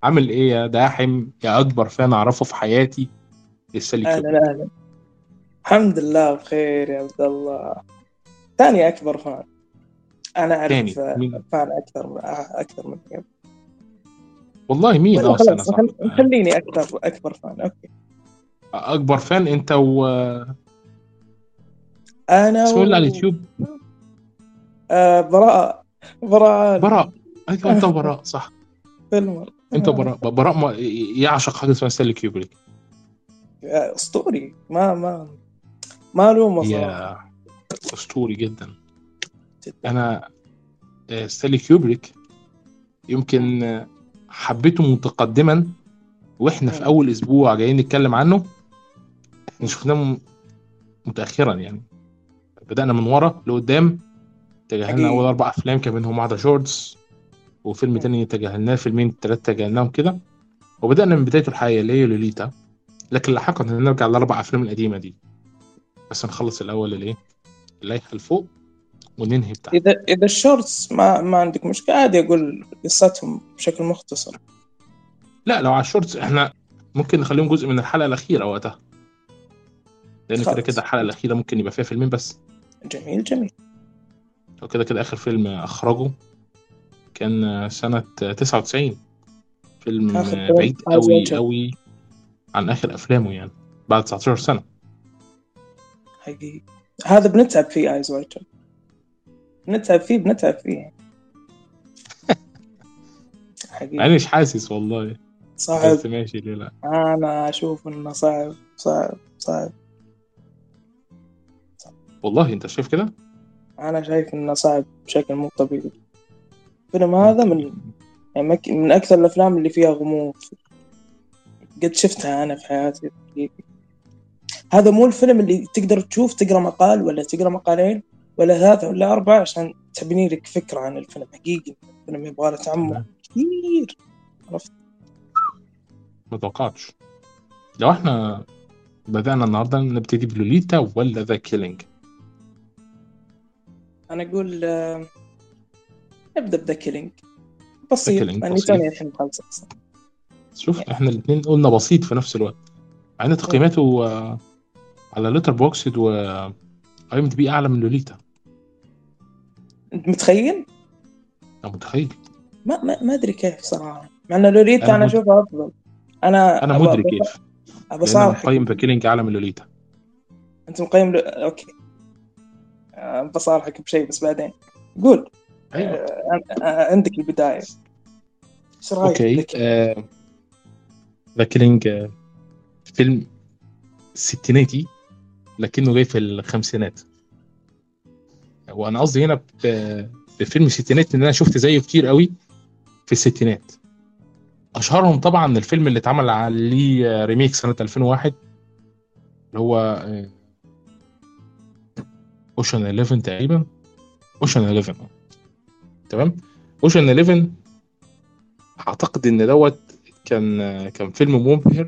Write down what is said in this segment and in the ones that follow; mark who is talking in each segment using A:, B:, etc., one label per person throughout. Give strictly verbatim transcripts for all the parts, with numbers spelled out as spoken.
A: عامل ايه يا داحم يا اكبر فان اعرفه في حياتي لستانلي
B: اهلا
A: كيوبريك؟
B: اهلا. الحمد لله بخير يا عبد الله. ثاني اكبر فان. انا اعرف
A: تاني
B: آه،
A: مين؟
B: فان اكثر من آه، اكثر من
A: والله مين؟
B: ولا
A: اه استنى،
B: خلاص
A: صح.
B: نخل... نخليني اكثر اكبر فان. اوكي.
A: اكبر فان انت و
B: انا
A: اسمه إيه اللي على
B: و
A: اليوتيوب؟
B: آه براءة. براء عالم.
A: براء. ايوه انت وبراء، صح.
B: فيلم
A: انت وبراء براء ما يعشق حاجه اسمها ستانلي كيوبريك.
B: آه، اسطوري. ما ما ما لومه صراحة.
A: يا اسطوري جدا.
B: جدا.
A: انا آه، ستانلي كيوبريك
B: مم.
A: يمكن آه، حبيته متقدما، واحنا في
B: مم.
A: اول اسبوع جايين نتكلم عنه. احنا
B: مم.
A: شفناه م- متاخرا يعني، بدانا من ورا لقدام. تجاهلنا اول
B: حقيقي.
A: اربع افلام كان منهم واحده شورتس، وفيلم
B: مم.
A: تاني تجاهلناه، فيلمين تلاتة تجاهلناهم كده. وبدأنا من بدايته الحقيقية اللي هي لوليتا. لكن لاحقا هنرجع للأربع أفلام القديمة دي. بس نخلص الأول الإيه، اللائحة الفوق، وننهي بتاعت.
B: اذا اذا الشورتس ما ما عندك مشكلة، عادي اقول قصتهم بشكل مختصر.
A: لا، لو على الشورتس إحنا ممكن نخليهم جزء من الحلقة الأخيرة وقتها، لأن كده كده
B: خلاص.
A: الحلقة الأخيرة ممكن يبقى فيها فيلمين بس.
B: جميل جميل.
A: وكده كده آخر فيلم أخرجه كان سنة تسعة وتسعين. فيلم
B: اخر فيلم
A: بعيد
B: عايز
A: قوي
B: وجهك.
A: قوي عن آخر أفلامه يعني، بعد تسعتاشر سنة.
B: حقيقي. هذا بنتعب فيه ايز وايت شوت. بنتعب فيه بنتعب فيه.
A: مع إني
B: حقيقي.
A: مش حاسس والله،
B: صعب.
A: بس ماشي ليه لا.
B: انا اشوف انه صعب صعب صعب.
A: والله أنت شايف كده؟
B: انا شايف انه صعب بشكل مو طبيعي. الفيلم هذا
A: ممكن
B: من
A: يعني.
B: يعني مك- من اكثر الافلام اللي فيها غموض قد شفتها انا في حياتي. حقيقي. هذا مو الفيلم اللي تقدر تشوف تقرا مقال ولا تقرا مقالين ولا ثلاثة ولا أربعة عشان تبني لك فكرة عن الفيلم. حقيقي الفيلم يبغى له تعمق
A: تمام.
B: كثير. عرفت.
A: ما توقعتش. لو احنا بدأنا النهارده نبتدي بلوليتا ولا ذا كيلينج؟
B: أنا أقول آه، نبدأ بذا كيلينج.
A: ذا
B: بسيط
A: كيلينج
B: لأني
A: بسيط.
B: توني الحين مخلص أصلا.
A: شوف احنا الاثنين قلنا بسيط في نفس الوقت، مع ان تقييماته آه، على ليتر بوكسد واي ام دي بي اعلى من لوليتا.
B: أنت متخيل؟
A: انا متخيل.
B: ما ما ما أدري كيف صراحة، مع أن لوريتا
A: انا
B: أنا
A: مد...
B: أشوفها أفضل. أنا
A: انا
B: أبى
A: مدرك
B: أبى
A: كيف،
B: أبى
A: لان انا
B: صارحك.
A: مقيم ذا كيلينج اعلى من لوليتا.
B: أنت مقيم ل... أوكي. آه، بصارحك بشيء بس بعدين. قول.
A: ايوه.
B: آه، آه، عندك البداية. إيش رأيك
A: اوكي.
B: بذا؟
A: ذا كيلينج فيلم ستيناتي لكنه جاي في الخمسينات. وانا قصدي هنا ب- بفيلم ستيناتي ان انا شفت زيه كتير قوي في الستينات. اشهرهم طبعا الفيلم اللي اتعمل عليه ريميك سنه ألفين وواحد، اللي هو اوشن إحداشر تقريبا. اوشن إحداشر، آه. تمام. اوشن إحداشر اعتقد ان دوت كان آه، كان فيلم مبهر،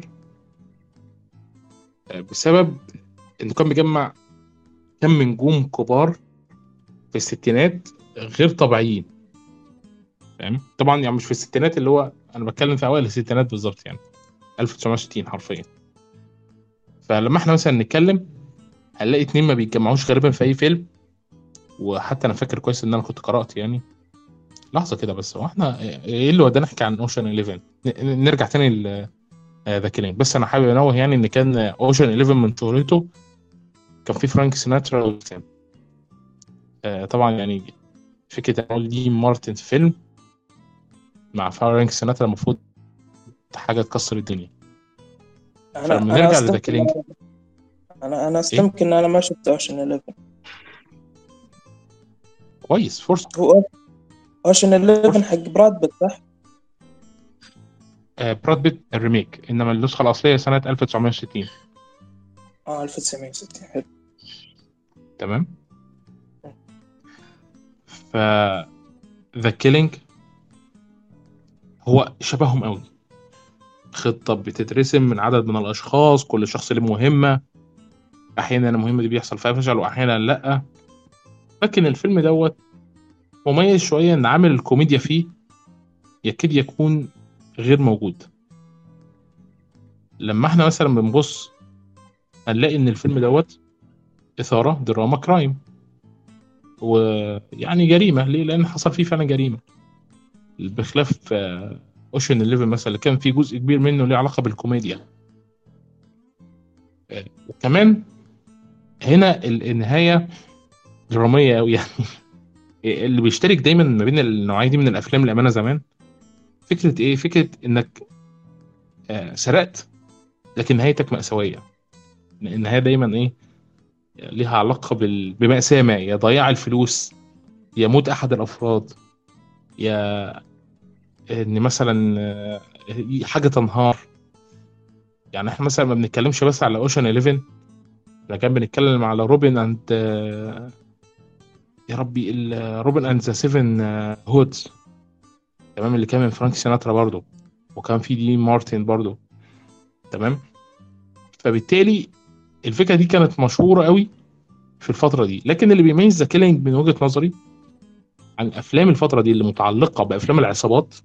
A: آه، بسبب انه كان بيجمع كم نجوم كبار في الستينات غير طبيعيين. فاهم طبعا يعني، مش في الستينات، اللي هو انا بتكلم في اوائل الستينات بالظبط يعني، ألف وتسعمية وستين حرفيا. فلما احنا مثلا نتكلم هنلاقي اتنين ما بيتجمعوش غالبا في اي فيلم. وحتى انا فاكر كويس ان انا كنت قرأت يعني. لحظة كده بس، هو احنا ايه اللي ودانا نحكي عن اوشن إحداشر؟ ن- نرجع تاني ذا كيلينج. بس انا حابب انوه يعني ان كان اوشن إحداشر من شهرته كان في فرانك سيناترا وكان آه طبعا يعني فكرة ان أقول دي مارتن في فيلم مع فرانك سيناترا المفروض حاجة تكسر الدنيا.
B: أنا
A: فلما
B: أنا
A: نرجع لذا
B: أستمكن.
A: كيلينج.
B: أنا أنا
A: ايه،
B: أستمكن إن أنا ما شفت أوشن إليفن.
A: كويس، فرصة.
B: هو أوشن إليفن
A: فرصة.
B: حق براد بيت صح؟
A: آه براد بيت الريميك، انما النسخة الأصلية سنة ألف وتسعمية وستين.
B: آه ألف وتسعمية وستين. حلو.
A: تمام. ف ذا كيلينج هو شبههم قوي. خطة بتترسم من عدد من الأشخاص، كل شخص له مهمة. أحيانا المهمة دي بيحصل فيها فشل وأحيانا لأ. لكن الفيلم دوت مميز شوية إن عامل الكوميديا فيه يكاد يكون غير موجود. لما احنا مثلا بنبص هنلاقي ان الفيلم دوت اثاره دراما كرايم، ويعني جريمه. ليه؟ لان حصل فيه فعلا جريمه، بخلاف اوشن إحداشر مثلا اللي كان فيه جزء كبير منه ليه علاقه بالكوميديا. آه، وكمان هنا ال- النهايه دراميه قوي يعني. اللي بيشترك دايما ما بين النوعيه دي من الافلام الامانه زمان، فكره ايه؟ فكره انك آه، سرقت لكن نهايتك مأساويه. النهايه دايما ايه؟ ليها علاقه بال... بمأساة ما، يا ضياع الفلوس، يا موت احد الافراد، يا ان مثلا آه، حاجه تنهار. يعني احنا مثلا ما بنتكلمش بس على اوشن إحداشر، احنا كان بنتكلم على روبن اند آه، يا ربي ال- روبن اند ذا سيفن هودز، تمام، اللي كان من فرانك سيناترا برضو، وكان في دي مارتن برضو، تمام. فبالتالي الفكره دي كانت مشهوره قوي في الفتره دي. لكن اللي بيميز ذا كيلينج من وجهه نظري عن افلام الفتره دي اللي متعلقه بافلام العصابات،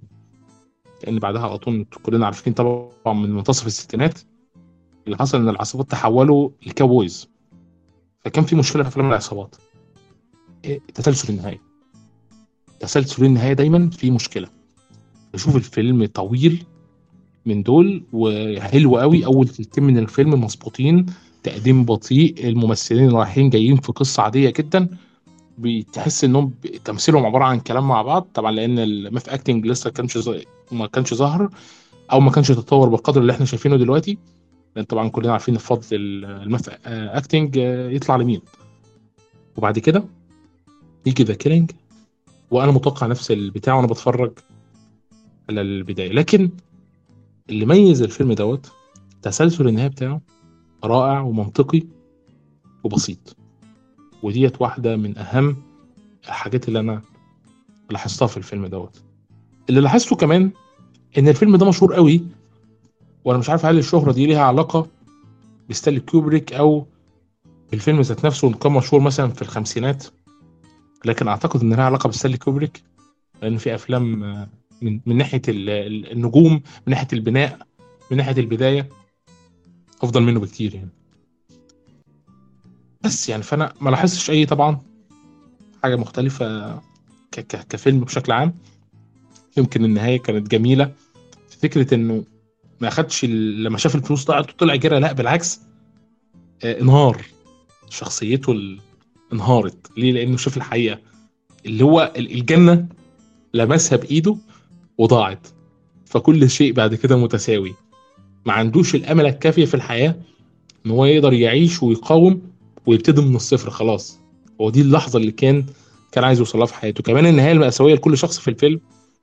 A: لان بعدها على طول كلنا عارفين طبعا من منتصف الستينات اللي حصل ان العصابات تحولوا لكاوبويز. فكان في مشكله في افلام العصابات، إيه؟ تسلسل النهايه. تسلسل النهايه دايما في مشكله. بشوف الفيلم طويل من دول وحلو قوي، اول تلتين من الفيلم مظبوطين، تقديم بطيء، الممثلين رايحين جايين في قصه عاديه جدا، بتحس انهم ب- تمثيلهم عباره عن كلام مع بعض، طبعا لان الماث اكتنج لسه كانش ظا- ما كانش ظاهر، او ما كانش تطور بالقدر اللي احنا شايفينه دلوقتي. لان طبعا كلنا عارفين فضل الماث اكتنج يطلع لمين. وبعد كده يجي ذا كيلينج، وانا متوقع نفس البتاع وانا بتفرج على البدايه. لكن اللي ميز الفيلم دوت تسلسل النهايه بتاعه رائع ومنطقي وبسيط. وديت واحده من اهم الحاجات اللي انا لاحظتها في الفيلم دوت. اللي لاحظته كمان ان الفيلم ده مشهور قوي، وانا مش عارف هل الشهره دي ليها علاقه بستانلي كوبريك او بالفيلم ذات نفسه إنه كان مشهور مثلا في الخمسينات. لكن اعتقد ان لها علاقه بستانلي كوبريك، لان في افلام آه، من من ناحيه ال- ال- النجوم، من ناحيه البناء، من ناحيه البدايه، افضل منه بكتير يعني. بس يعني فانا ما لاحظتش اي طبعا حاجه مختلفه ك ك كفيلم بشكل عام. يمكن النهايه كانت جميله في فكره انه ما اخدش ال- لما شاف الفلوس ضاعت وطلع جرى، لا بالعكس، آه، انهار شخصيته ال- انهارت. ليه؟ لانه شاف الحقيقه اللي هو ال- الجنه لمسها بايده وضاعت. فكل شيء بعد كده متساوي. ما عندوش الامل الكافيه في الحياه ان هو يقدر يعيش ويقاوم ويبتدي من الصفر خلاص. هو دي اللحظه اللي كان كان عايز يوصلها في حياته. كمان النهايه المأساويه لكل شخص في الفيلم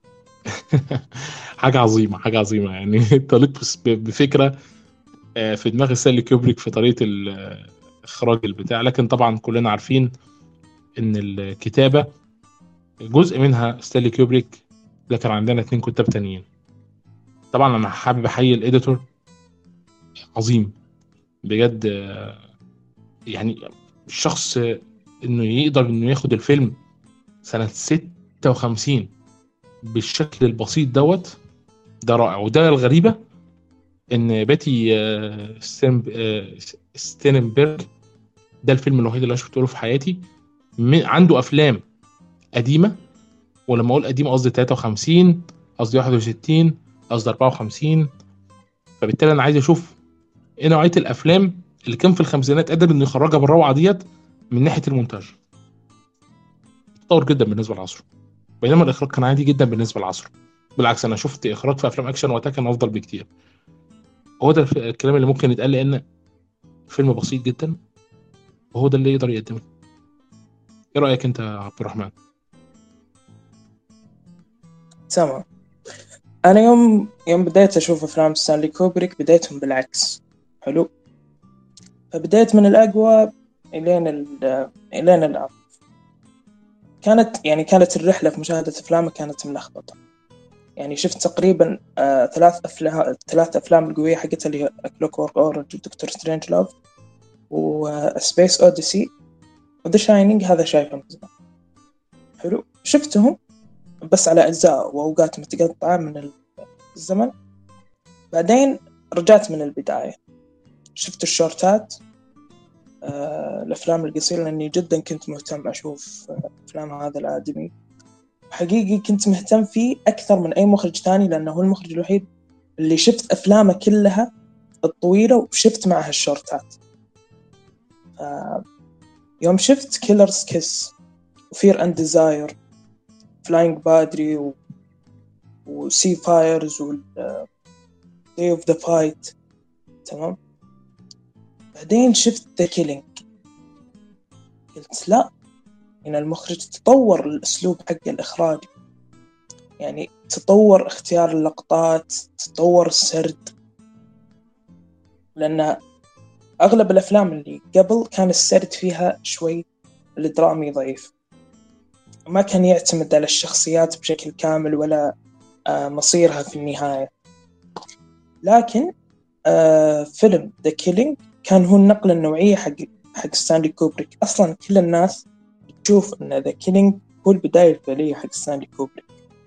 A: حاجه عظيمه، حاجه عظيمه يعني. تليق بس- ب- بفكره آه، في دماغ ستانلي كوبريك في طريقه ال- آه، اخراج البتاع. لكن طبعا كلنا عارفين ان الكتابه جزء منها ستانلي كوبريك، لكن عندنا اتنين كتاب تانيين. طبعا انا حابب احيي الاديتور، عظيم بجد. آه، يعني الشخص انه يقدر انه ياخد الفيلم سنة ستة وخمسين بالشكل البسيط دوت، ده رائع. وده الغريبة ان باتي آه، ستين- آه، ستيننبرج ده الفيلم الوحيد اللي انا شفته له في حياتي. من- عنده افلام قديمة، ولما اقول قديمة قصدي تلاتة وخمسين، قصدي واحد وستين، قصدي اربعة وخمسين. فبالتالي انا عايز اشوف ايه نوعية الافلام اللي كان في الخمسينات قادر انه يخرجها بالروعة ديت من ناحية المونتاج. تطور جدا بالنسبة لعصره، بينما الاخراج كان عادي جدا بالنسبه لعصره. بالعكس انا شفت اخراج في افلام اكشن وقتها كان افضل بكتير. هو ده الف- الكلام اللي ممكن يتقال، لان فيلم بسيط جدا وهو ده اللي يقدر يقدمه. ايه رايك انت يا عبد الرحمن؟
B: تمام. انا يوم يوم بديت اشوف افلام ستانلي كوبريك بديتهم بالعكس. حلو. فبديت من الاقوى الين ال- الين الأضعف. كانت يعني كانت الرحله في مشاهده افلامه كانت ملخبطه. يعني شفت تقريبا آه ثلاث افلام ثلاث افلام القويه حقتها اللي هي كلوك وورك اورنج ودكتور سترينج لاف وسبيس اوديسي وذا شاينينج. هذا شايفه من زمان. حلو. شفتهم بس على اجزاء واوقات متقطعه من ال... الزمن. بعدين رجعت من البداية، شفت الشورتات، آه، الأفلام القصيرة، لأني جدا كنت مهتم أشوف آه، أفلام هذا الآدمي. حقيقي كنت مهتم فيه أكثر من أي مخرج تاني، لأنه هو المخرج الوحيد اللي شفت أفلامه كلها الطويلة وشفت معها الشورتات. آه، يوم شفت كيلرز كيس وفير أند ديزاير، فلاينج بادري و... وسي فايرز وال داي اوف ذا فايت، تمام. بعدين شفت ذا كيلينج، قلت لا، إن المخرج تطور الأسلوب حق الإخراج، يعني تطور اختيار اللقطات، تطور السرد. لأن أغلب الأفلام اللي قبل كان السرد فيها شوي الدرامي ضعيف، ما كان يعتمد على الشخصيات بشكل كامل ولا آه مصيرها في النهاية. لكن آه فيلم The Killing كان هو النقلة النوعية حق حق ستانلي كوبريك. أصلا كل الناس تشوف أن The Killing هو البداية الفعلية حق ستانلي كوبريك.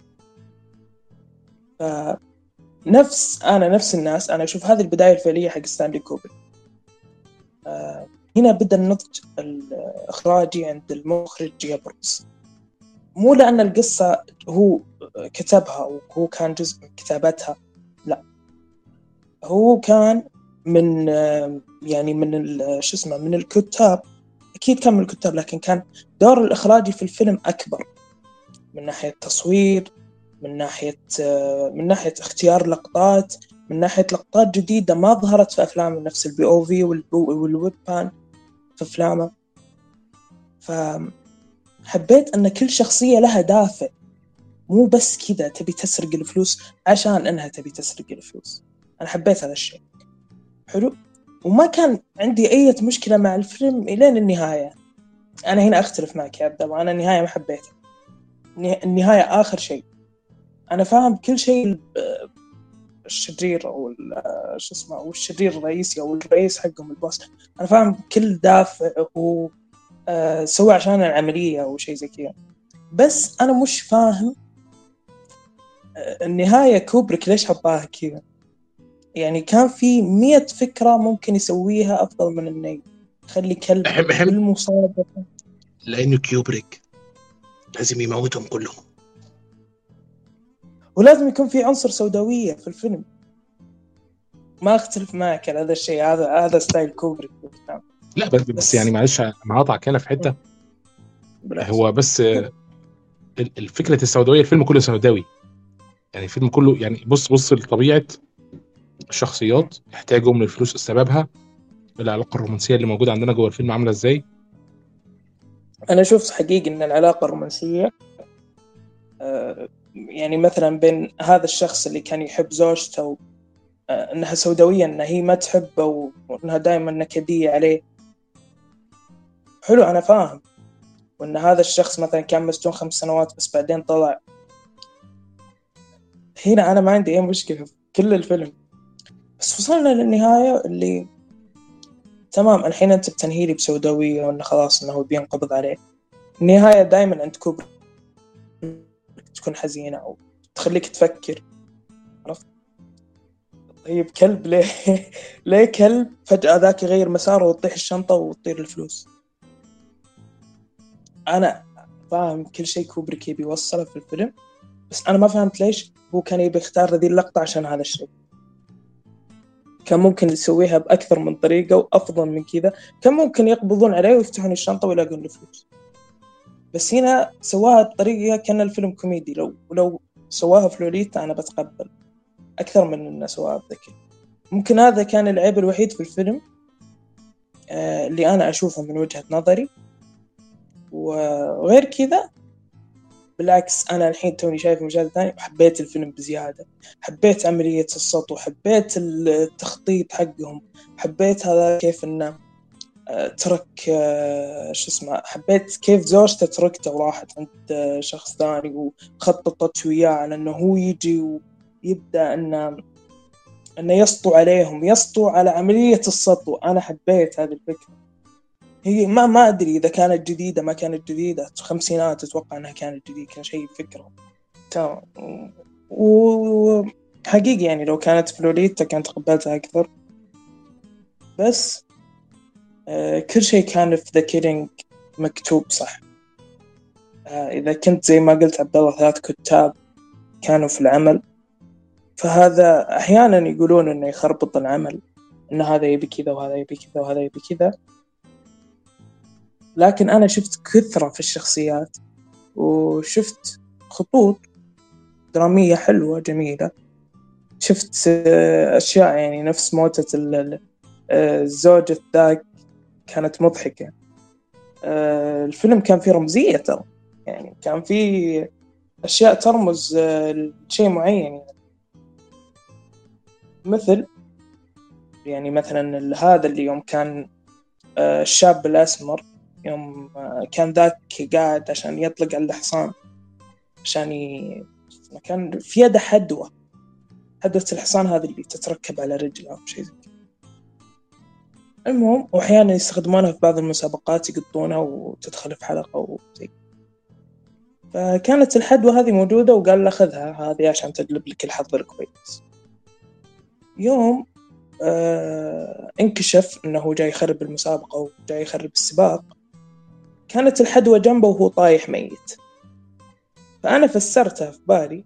B: فنفس أنا نفس الناس أنا أشوف هذه البداية الفعلية حق ستانلي كوبريك. آه هنا بدأ النضج الإخراجي عند المخرج يبرز، مو لأن القصة هو كتبها وهو كان جزء من كتابتها، لا، هو كان من يعني من شو اسمه من الكتاب، أكيد كان من الكتاب، لكن كان دور الإخراجي في الفيلم أكبر من ناحية تصوير، من ناحية من ناحية اختيار لقطات، من ناحية لقطات جديدة ما ظهرت في أفلام نفس البي أو في والويب بان في أفلامه. فحبيت أن كل شخصية لها دافع، مو بس كذا تبي تسرق الفلوس عشان أنها تبي تسرق الفلوس. أنا حبيت هذا الشيء حلو، وما كان عندي أي مشكلة مع الفيلم إلى النهاية. أنا هنا أختلف معك يا عبد الله، أنا النهاية ما حبيتها. النهاية آخر شيء، أنا فاهم كل شيء الشرير أو شو اسمه أو الشرير الرئيسي أو الرئيس حقهم البوس، أنا فاهم كل دافع هو آه سوى عشان العملية أو شيء زي كذا، بس أنا مش فاهم آه النهاية كوبريك ليش حطاها كذا. يعني كان في مية فكرة ممكن يسويها أفضل من إنه يخلي كلب
A: أحب أحب
B: بالمصادفة،
A: لأنه كيوبريك لازم يموتهم كلهم،
B: ولازم يكون في عنصر سوداوية في الفيلم. ما أختلف معك على هذا الشيء، هذا هذا ستايل كوبريك.
A: لا بس, بس يعني معلش معاطعك هنا في حتة.
B: بالعكس.
A: هو بس الفكرة السوداوية، الفيلم كله سوداوي، يعني الفيلم كله يعني بص بص لطبيعة الشخصيات، احتاجهم للفلوس سببها، العلاقة الرومانسية اللي موجودة عندنا جوه الفيلم عاملة ازاي.
B: أنا شفت حقيقي إن العلاقة الرومانسية آه يعني مثلا بين هذا الشخص اللي كان يحب زوجته آه إنها سوداوية، إنها هي ما تحبه وإنها دائما نكدية عليه، حلو أنا فاهم. وإن هذا الشخص مثلا كان مسجون خمس سنوات بس بعدين طلع، هنا أنا ما عندي أي مشكلة في كل الفيلم. بس وصلنا للنهاية اللي تمام، الحين أنت بتنهيلي بسوداوية وإنه خلاص إنه بينقبض عليه. النهاية دائما عند كوبريك تكون حزينة أو تخليك تفكر، عرفت؟ طيب كلب ليه ليه كلب فجأة ذاك يغير مساره وتطيح الشنطة وتطير الفلوس؟ أنا فاهم كل شيء كوبريك يبي يوصله في الفيلم، بس أنا ما فهمت ليش هو كان يبي يختار هذه اللقطة عشان هذا الشيء. كان ممكن يسويها بأكثر من طريقة وأفضل من كذا، كان ممكن يقبضون عليه ويفتحون الشنطة ويلاقون الفلوس، بس هنا سواها بطريقة كان الفيلم كوميدي. لو لو سواها في لوليتا أنا بتقبل أكثر من إنه سواها بذكي. ممكن هذا كان العيب الوحيد في الفيلم آه اللي أنا أشوفه من وجهة نظري. وغير كذا بالعكس، أنا الحين توني شايف مشاهد ثاني وحبيت الفيلم بزيادة. حبيت عملية السطو، حبيت التخطيط حقهم، حبيت هذا كيف إنه آه ترك آه شو اسمه، حبيت كيف زوجته تركته وراحت عند آه شخص ثاني وخططت وياه على إنه هو يجي ويبدأ إنه إنه يسطو عليهم، يسطو على عملية السطو. أنا حبيت هذه الفكرة. هي ما ما أدري إذا كانت جديدة ما كانت جديدة، خمسينات أتوقع أنها كانت جديدة، كان شيء فكرة تمام. و حقيقي يعني لو كانت فلوريتا كانت قبلتها أكثر. بس آه كل شيء كان في ذا كيلينج مكتوب صح. آه إذا كنت زي ما قلت عبد الله ثلاث كتاب كانوا في العمل، فهذا أحيانا يقولون إنه يخربط العمل، إن هذا يبي كذا وهذا يبي كذا وهذا يبي كذا. لكن أنا شفت كثرة في الشخصيات، وشفت خطوط درامية حلوة جميلة. شفت آه، أشياء يعني نفس موتة ال- آه، الزوجة ذاك كانت مضحكة. آه، الفيلم كان فيه رمزية ترى، يعني كان فيه أشياء ترمز آه، لشيء معين، يعني مثل يعني مثلا هذا اللي يوم كان آه، الشاب الأسمر، يوم آه، كان ذاك قاعد عشان يطلق على الحصان، عشان ي... كان في يده حدوة حدوة الحصان هذه اللي تتركب على رجله أو شيء زي كذا. المهم، وأحيانا يستخدمونها في بعض المسابقات يقطونها وتدخل في حلقة وزي. فكانت الحدوة هذه موجودة، وقال له خذها هذه عشان تقلب لك الحظ الكويس. يوم آه انكشف انه جاي يخرب المسابقة وجاي يخرب السباق، كانت الحدوة جنبه وهو طايح ميت. فأنا فسرتها في بالي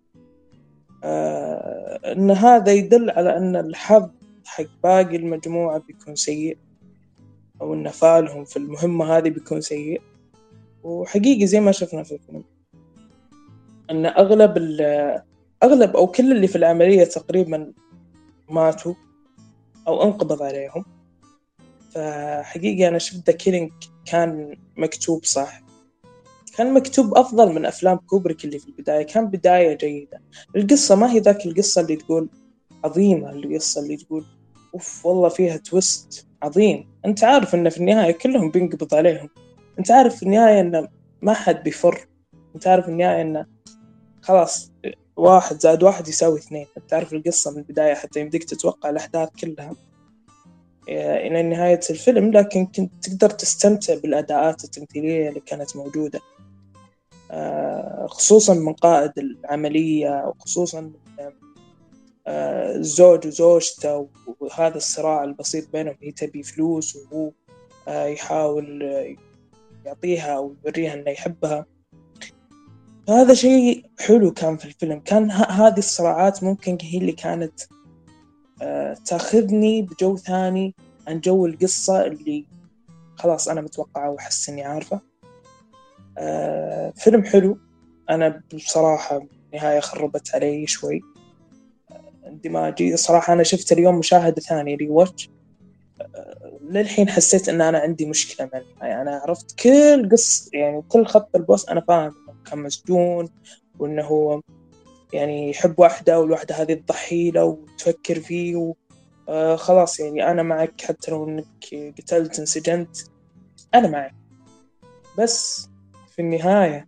B: آه ان هذا يدل على ان الحظ حق باقي المجموعة بيكون سيء، او ان فعلهم في المهمة هذه بيكون سيء. وحقيقي زي ما شفنا في الفيلم ان اغلب اغلب او كل اللي في العملية تقريبا ماتوا او انقبض عليهم. فحقيقي انا شفت ذا كيلينج كان مكتوب صح، كان مكتوب افضل من افلام كوبريك اللي في البداية. كان بداية جيدة. القصة ما هي ذاك القصة اللي تقول عظيمة، القصة اللي تقول اوف والله فيها تويست عظيم. انت عارف ان في النهاية كلهم بينقبض عليهم، انت عارف في النهاية ان ما حد بيفر، انت عارف في النهاية ان خلاص واحد زائد واحد يساوي اثنين. انت عارف القصة من البداية حتى يمديك تتوقع الأحداث كلها إلى نهاية الفيلم، لكن كنت تقدر تستمتع بالأداءات التمثيلية اللي كانت موجودة، خصوصا من قائد العملية، وخصوصا الزوج وزوجته، وهذا الصراع البسيط بينهم. هي تبي فلوس وهو يحاول يعطيها أو يوريها أنه يحبها. هذا شيء حلو كان في الفيلم. كان هذه الصراعات ممكن هي اللي كانت تاخذني بجو ثاني عن جو القصة اللي خلاص أنا متوقعة وحس إني عارفة. آه فيلم حلو. أنا بصراحة نهاية خربت علي شوي اندماجي صراحة. أنا شفت اليوم مشاهدة ثانية ري واتش، آه للحين حسيت إن أنا عندي مشكلة مع النهاية. أنا عرفت كل قصة، يعني كل خط البوس أنا فاهم إنه كان مسجون، وإنه هو يعني يحب واحدة والواحدة هذه تضحي له وتفكر فيه و... آه خلاص يعني أنا معك حتى لو إنك قتلت انسجنت أنا معك. بس في النهاية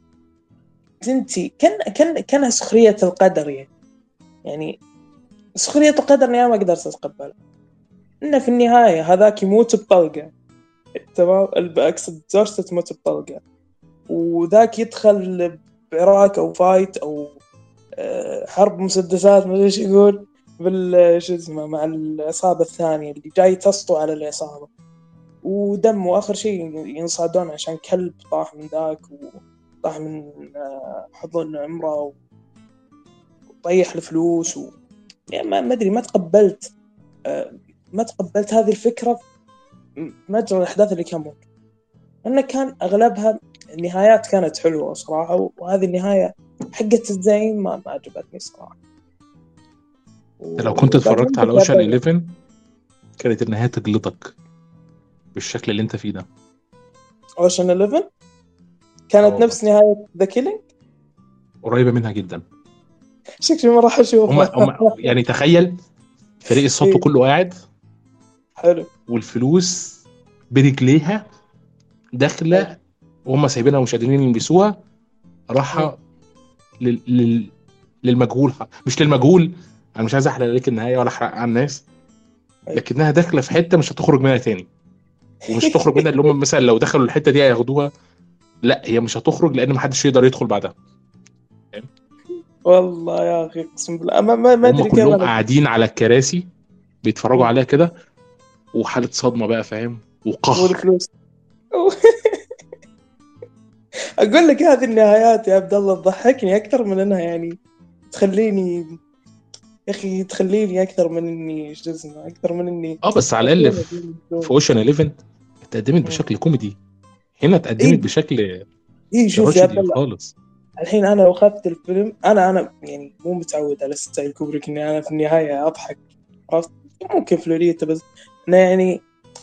B: تنتي كان كان كان سخرية القدر، يعني يعني سخرية القدر أنا ما قدرت أتقبلها. إنه في النهاية هذاك يموت بطلقة، تمام، أقصد زوجته تموت بطلقة، وذاك يدخل بعراك أو فايت أو حرب مسدسات ما أدري إيش يقول بالش اسمه مع العصابة الثانية اللي جاي تسطو على العصابة، ودم، وآخر شيء ينصادون عشان كلب طاح من ذاك وطاح من حضن عمره وطيح الفلوس و... يعني ما أدري، ما تقبلت ما تقبلت هذه الفكرة مجرى الأحداث اللي كان موجود. أنه كان أغلبها النهايات كانت حلوة صراحة، وهذه النهاية حقت الزعيم ما ما عجبتني صراحة.
A: لو كنت اتفرجت على اوشن إحداشر كانت النهاية تجلطك بالشكل اللي انت فيه ده.
B: اوشن إحداشر كانت أوه. نفس نهاية ذا كيلينج،
A: قريبة منها جدا.
B: شكلي ما راح اشوفها.
A: هم هم يعني تخيل فريق السطو كله قاعد
B: حلو،
A: والفلوس برجليها داخله وهم سايبينها ومش قادرين يلبسوها، راحه لل... لل... للمجهول، مش للمجهول. انا مش عايز احرق عليك النهايه ولا احرق على الناس، لكنها داخله في حته مش هتخرج منها تاني، ومش هتخرج منها اللي هم مثلا لو دخلوا الحته دي هياخدوها، لا هي مش هتخرج لان محدش يقدر يدخل بعدها.
B: والله يا اخي اقسم بالله ما ما ما
A: وهم
B: ادري كيف
A: كلهم
B: انا.
A: قاعدين على الكراسي بيتفرجوا عليها كده، وحالة صدمة بقى فاهم، وقهر.
B: والفلوس. اقول لك هذه النهايات يا عبد الله تضحكني اكثر من انها يعني تخليني يا اخي، تخليني اكثر من اني ايش اسمه اكثر من اني
A: اه بس على الاقل
B: اوكي
A: في
B: مدينة
A: في
B: الجو.
A: اوشن إحداشر اتقدمت
B: مم.
A: بشكل كوميدي، هنا
B: اي
A: اتقدمت بشكل
B: اي شوف يا عبد
A: تراجيدي
B: الله،
A: خالص.
B: الحين انا لو اخذت الفيلم، انا انا يعني مو متعود على ستايل كوبريك اني انا في النهايه اضحك، عرفت؟ ممكن فلوريتا بس أنا يعني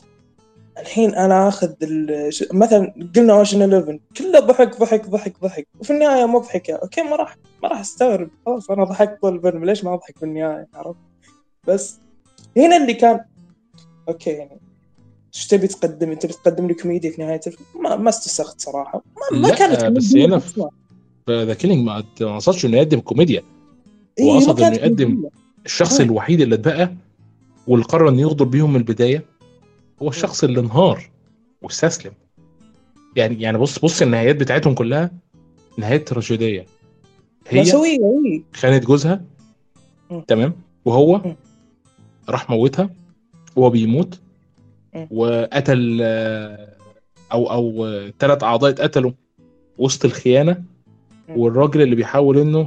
B: الحين انا اخذ ال- ش- مثلا قلنا اوشن إحداشر كله ضحك ضحك ضحك ضحك وفي النهايه مضحكه، اوكي ما راح ما راح استغرب، خلاص انا ضحكت طول الفيلم ليش ما اضحك في النهايه، عرفت؟ بس هنا اللي كان اوكي يعني ايش تبي تقدم؟ تبي تقدم لي كوميديا في نهايه الفيلم؟ ما, ما استسخت صراحه، ما, ما كانت
A: لا بس
B: كوميديه
A: هنا
B: اصلا.
A: في ذا كيلينج ما ما قصدش انه يقدم كوميديا، هو
B: اي ما
A: قصد انه
B: كانت
A: يقدم
B: كوميديه.
A: الشخص
B: مم.
A: الوحيد اللي اتبقى واللي قرر انه يغدر بيهم من البدايه، هو
B: مم.
A: الشخص اللي انهار واستسلم. يعني يعني بص بص النهايات بتاعتهم كلها نهايات تراجيديه. هي
B: مأساوية اي.
A: خانت جوزها،
B: مم.
A: تمام، وهو
B: مم.
A: راح موتها وهو بيموت،
B: مم.
A: وقتل آه، او او ثلاث اعضاء اتقتلوا وسط الخيانه،
B: مم.
A: والراجل اللي بيحاول انه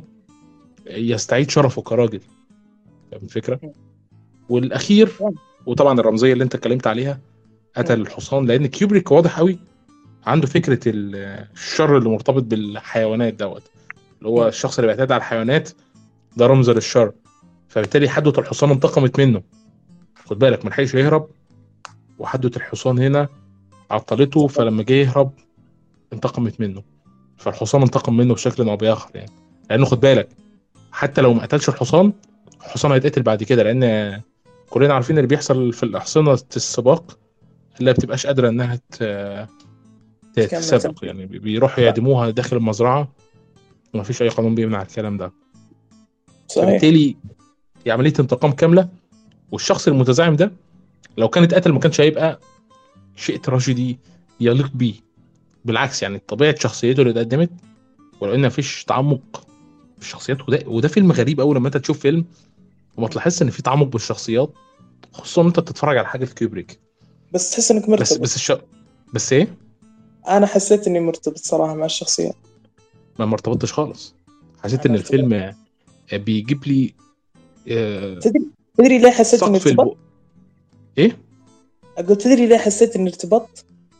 A: يستعيد شرفه كراجل، فاهم الفكره.
B: مم.
A: والاخير،
B: مم.
A: وطبعا الرمزيه اللي انت اتكلمت عليها، قتل الحصان، لان كيوبريك واضح قوي عنده فكره ال- الشر اللي مرتبط بالحيوانات دوت، اللي هو
B: مم.
A: الشخص اللي بيعتدي على الحيوانات ده رمز للشر. فبالتالي حدوة الحصان انتقمت منه، خد بالك ما لحقش يهرب، وحدوة الحصان هنا عطلته، فلما جه يهرب انتقمت منه، فالحصان انتقم منه بشكل او باخر يعني. لانه خد بالك حتى لو ما قتلش الحصان، الحصان هيتقتل بعد كده، لان كلنا عارفين اللي بيحصل في الاحصنه السباق اللي ما بتبقاش قادره انها ت-
B: تكمل
A: تتسابق،
B: تمثيل.
A: يعني بيروحوا
B: صح.
A: يعدموها داخل المزرعه، وما فيش اي قانون بيمنع الكلام ده.
B: صحيح.
A: فبالتالي هي عمليه انتقام كامله، والشخص المتزعم ده لو كان اتقتل ما كانش هيبقى شيء تراجيدي يليق بيه، بالعكس يعني طبيعه شخصيته اللي اتقدمت، ولو ان مفيش تعمق في الشخصيات، وده وده فيلم غريب قوي لما انت تشوف فيلم وما تلاحظش ان في تعمق بالشخصيات، خصوصا انت بتتفرج على حاجه كيوبريك.
B: بس تحس انك
A: بس
B: مرتبط.
A: بس الش... بس ايه،
B: انا حسيت اني مرتبط صراحة مع الشخصية.
A: ما مرتبطتش خالص، حسيت
B: انا
A: ان
B: ارتبطت.
A: الفيلم بيجيب لي آه،
B: تدري تدري ليه حسيت اني
A: سقف
B: ارتبطت؟
A: البق. ايه،
B: اقول تدري ليه حسيت اني ارتبطت؟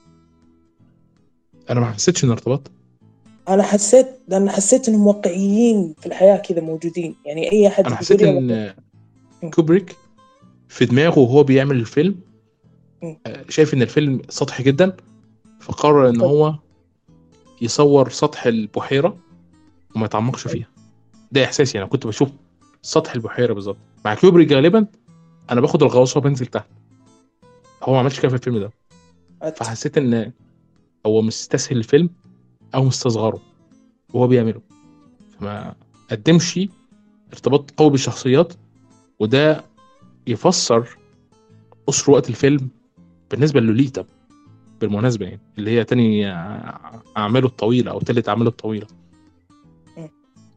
A: انا ما حسيتش اني ارتبطت.
B: انا حسيت لان حسيت انهم واقعيين في الحياة كده موجودين، يعني اي احد
A: انا
B: يقول
A: حسيت
B: يلا.
A: ان
B: م-
A: كوبريك في دماغه وهو بيعمل الفيلم
B: م-
A: آه، شايف ان الفيلم سطحي جدا، فقرر ان
B: طب
A: هو يصور سطح البحيره وما يتعمقش فيها. ده احساسي، انا كنت بشوف سطح البحيره بالظبط. مع كوبريك غالبا انا باخد الغواصه وبنزل تحت، هو ما عملش كده في الفيلم ده.
B: أت...
A: فحسيت ان هو مستسهل الفيلم او مستصغره وهو بيعمله، فما قدمش ارتباط قوي بالشخصيات، وده يفسر قصر وقت الفيلم بالنسبه للوليتا بالمناسبه، يعني اللي هي تاني ع- اعماله الطويله او تالت اعماله الطويله.
B: م.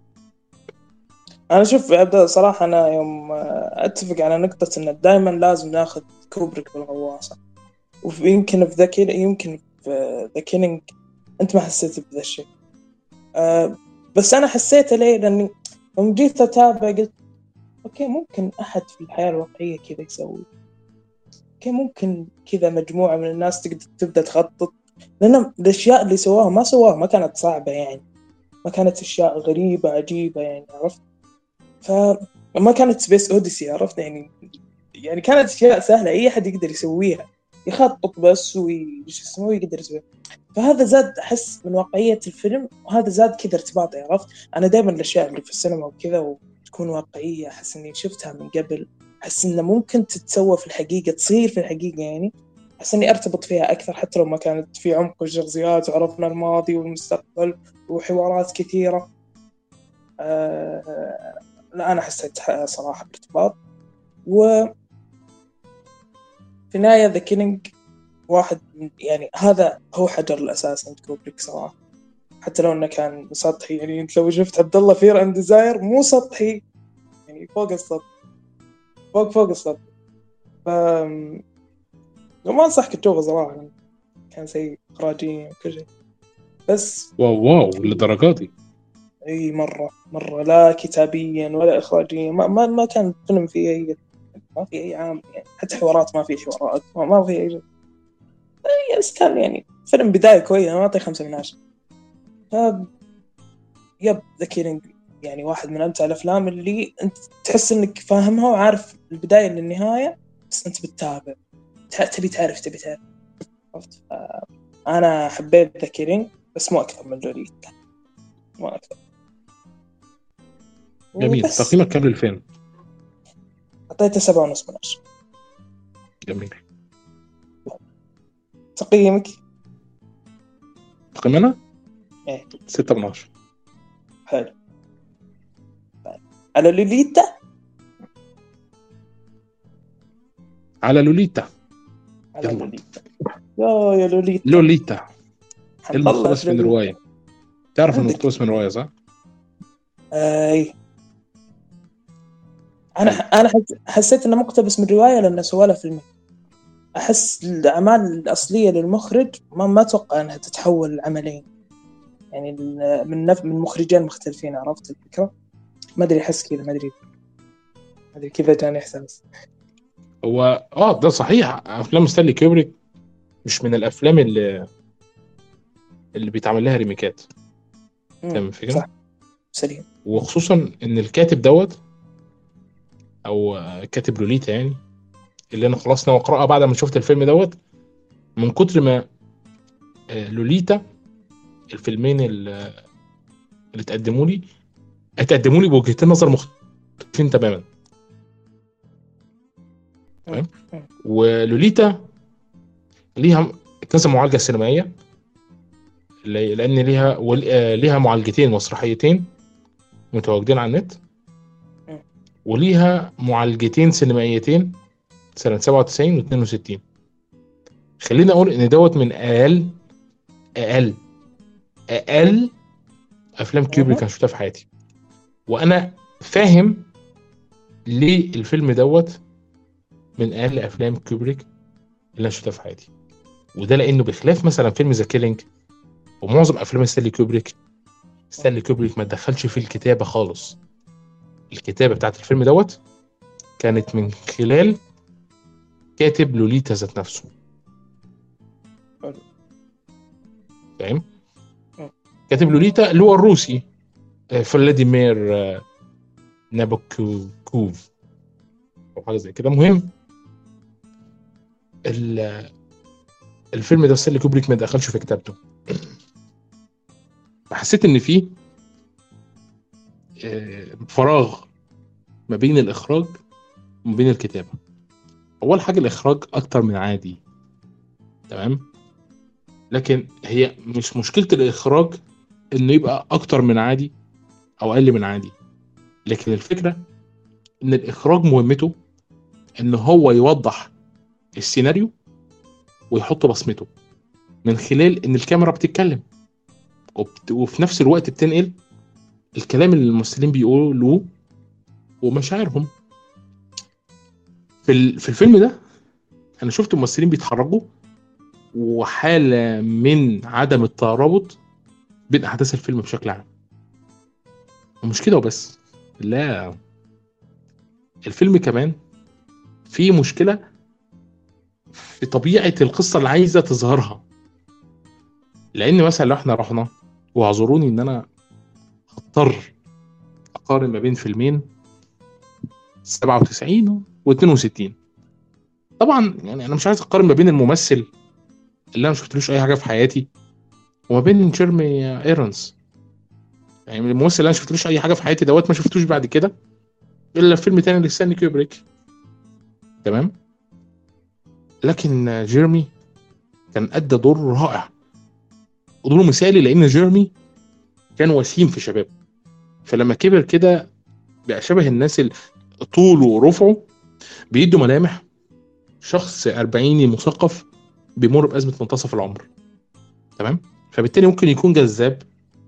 B: انا شوف يا عبد الله صراحة انا يوم آه، اتفق على نقطة ان دائما لازم ناخذ كوبريك بالغواصة، ويمكن في ذا كيل يمكن في ذا كيلينج انت ما حسيت بذا الشيء. أه بس انا حسيت ليه، لاني يوم جيت اتابع قلت اوكي ممكن احد في الحياة الواقعية كذا يسوي، اوكي ممكن كذا مجموعة من الناس تقدر تبدأ تخطط، لان الاشياء اللي سواها ما سواها ما كانت صعبة يعني، ما كانت اشياء غريبة عجيبة يعني، عرفت؟ فما كانت سبيس اوديسي، عرفت يعني؟ يعني كانت اشياء سهلة اي احد يقدر يسويها، يخطط بس وش اسمه يقدر يسويها. فهذا زاد أحس من واقعية الفيلم، وهذا زاد كذا ارتباطي، عرفت؟ أنا دائما الأشياء اللي في السينما وكذا وتكون واقعية أحس إني شفتها من قبل، أحس إنه ممكن تتسوى في الحقيقة، تصير في الحقيقة يعني، أحس إني أرتبط فيها أكثر حتى لو ما كانت في عمق الشخصيات وعرفنا الماضي والمستقبل وحوارات كثيرة. آه لا أنا حسيت صراحة بارتباط. وفي النهاية ذا كيلينج واحد يعني هذا هو حجر الأساس عند كوبريك صراحة. حتى لو انه كان سطحي. يعني انت لو شفت عبد الله فير اند ديزاير مو سطحي، يعني فوق السطح، فوق فوق السطح. ف ما انصحك تشوفه صراحه، كان سيء اخراجيا وكل شيء. بس
A: واو واو للدرجه دي؟
B: اي مره مره، لا كتابيا ولا اخراجيا، ما ما, ما كان فيلم فيه اي، ما في اي عام يعني. حتى حوارات ما في حوارات، ما, ما في اي شيء. بس كان يعني فيلم بدايه كويسه، ما اعطيه خمسة من عشرة. ف يب ذا كيلينج يعني واحد من امتع الافلام اللي انت تحس انك فاهمها وعارف البدايه للنهايه، بس انت بتتابع، تبي تعرف تبي تعرف عرفت. انا حبيت ذا كيلينج بس مو اكثر من لوليتا، مو اكثر.
A: جميل.
B: وبس
A: تقييمك كام للفيلم؟
B: اعطيته سبعة ونص من عشرة.
A: جميل.
B: تقييمك؟
A: تقييمنا
B: ايه
A: ستة من عشرة.
B: حلو. على لوليتا؟
A: على لوليتا.
B: على
A: يلا
B: لوليتا. يا يا لوليتا.
A: لوليتا
B: حنطلع
A: المقتبس
B: في
A: من
B: لوليتا.
A: رواية. تعرف
B: عندك
A: المقتبس من رواية صح؟
B: اي انا
A: حلو.
B: انا حسيت انه مقتبس من روايه لانه سوالها فيلم. احس الاعمال الاصليه للمخرج ما ما اتوقع انها تتحول لعملين، يعني من نف... من مخرجين مختلفين، عرفت الفكره؟ ما ادري، احس كذا، ما ادري ما ادري كذا جاني احساس.
A: هو اه ده صحيح، افلام ستانلي كوبريك مش من الافلام اللي اللي بيتعمل لها ريميكات. فاهم الفكرة؟
B: صح، سليم.
A: وخصوصا ان الكاتب دوت او كاتب لوليتا يعني، اللي انا خلاص ناوي اقراها بعد ما شفت الفيلم دوت، من كتر ما لوليتا الفيلمين اللي اتقدموا لي اتقدموا لي بوجهتين نظر مختلفين تماما. تمام. ولوليتا ليها كذا معالجه سينمائيه، لان ليها ليها معالجتين مسرحيتين متواجدين على النت، وليها معالجتين سينمائيتين سنه سبعة وتسعين و اثنين وستين. خلينا اقول ان دوت من اقل اقل اقل افلام كيوبريك انا شفتها في حياتي، وانا فاهم ليه الفيلم دوت من اقل افلام كيوبريك اللي انا شفتها في حياتي. وده لانه بخلاف مثلا فيلم ذا كيلينج ومعظم افلام ستانلي كوبريك، ستانلي كوبريك ما دخلش في الكتابه خالص. الكتابه بتاعت الفيلم دوت كانت من خلال كاتب لوليتا ذات نفسه. فاهم؟ كاتب لوليتا اللي هو الروسي فلاديمير نابوكوف او حاجه زي كده. مهم الفيلم ده ستانلي كوبريك ما دخلش في كتابته. حسيت ان فيه فراغ ما بين الاخراج وما بين الكتابه. اول حاجه الاخراج اكتر من عادي، تمام، لكن هي مش مشكله الاخراج انه يبقى اكتر من عادي او اقل من عادي، لكن الفكره ان الاخراج مهمته ان هو يوضح السيناريو ويحط بصمته من خلال ان الكاميرا بتتكلم وبت... وفي نفس الوقت بتنقل الكلام اللي الممثلين بيقولوه ومشاعرهم. في ال... في الفيلم ده انا شفت ممثلين بيتحركوا وحاله من عدم الترابط بين احداث الفيلم بشكل عام. ومش كده وبس، لا، الفيلم كمان فيه مشكله في طبيعه القصه اللي عايزه تظهرها. لان مثلا لو احنا رحنا، واعذروني ان انا هضطر اقارن ما بين فيلمين سبعة وتسعين و اثنين وستين، طبعا يعني انا مش عايز اقارن ما بين الممثل اللي انا ما شفتلوش اي حاجه في حياتي وما بين جيرمي ايرونز. يعني الممثل اللي انا ما شفتلوش اي حاجه في حياتي دوت ما شفتوش بعد كده الا في فيلم تاني لستانلي كوبريك، تمام. لكن جيرمي كان ادى دور رائع ودور مثالي، لان جيرمي كان وسيم في شبابه، فلما كبر كده بقى شبه الناس اللي طوله ورفعه بيدوا ملامح شخص أربعيني مثقف بيمر بأزمة منتصف العمر، تمام. فبالتالي ممكن يكون جذاب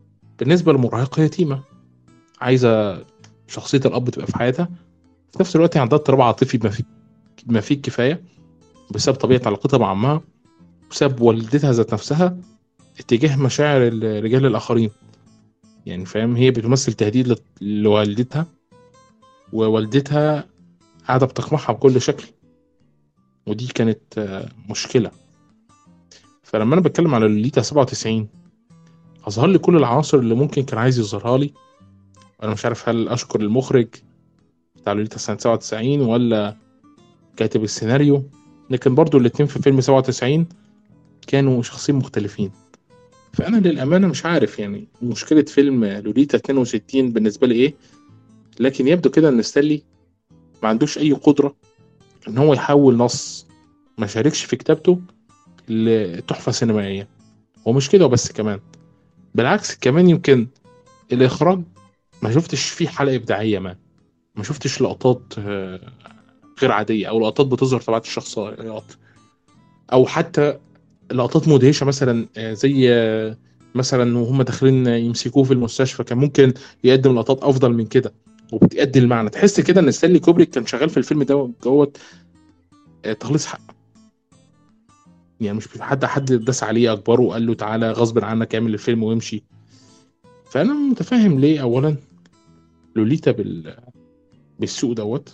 A: بالنسبه للمراهقه يتيمه، عايزه شخصيه الاب تبقى في حياتها، في نفس الوقت عندها اضطراب عاطفي ما فيه ما فيه الكفايه بسبب طبيعه علاقتها مع عمها، بسبب والدتها ذات نفسها اتجاه مشاعر الرجال الاخرين. يعني فاهم، هي بتمثل تهديد لت- لوالدتها، ووالدتها قاعده بتقمعها بكل شكل، ودي كانت آه، مشكله. فلما انا بتكلم على لوليتا سبعة وتسعين، اظهر لي كل العناصر اللي ممكن كان عايز يظهرها لي. انا مش عارف هل اشكر المخرج بتاع لوليتا سنه سبعة وتسعين ولا كاتب السيناريو، لكن برضو الاتنين في فيلم سبعة وتسعين كانوا شخصين مختلفين. فانا للامانه مش عارف يعني مشكله فيلم لوليتا اتنين وستين بالنسبه لي ايه، لكن يبدو كده ان ستانلي ما عندوش اي قدره ان هو يحول نص ما شاركش في كتابته لتحفه سينمائيه. ومش كده وبس، كمان بالعكس، كمان يمكن الاخراج ما شفتش فيه حلقه ابداعيه، ما ما شفتش لقطات آه، غير عاديه، او لقطات بتظهر طبيعه الشخصيات، او حتى لقطات مدهشه مثلا آه، زي آه، مثلا وهم داخلين يمسكوه في المستشفى، كان ممكن يقدم لقطات افضل من كده وبتأدي المعنى. تحس كده ان ستانلي كوبريك كان شغال في الفيلم ده جوه آه، تخليص حق، يعني مش حد حد داس عليه اجبره وقال له تعالى غصب عنك اعمل الفيلم وامشي. فانا متفاهم ليه اولا لوليتا بال... بالسوق دوت،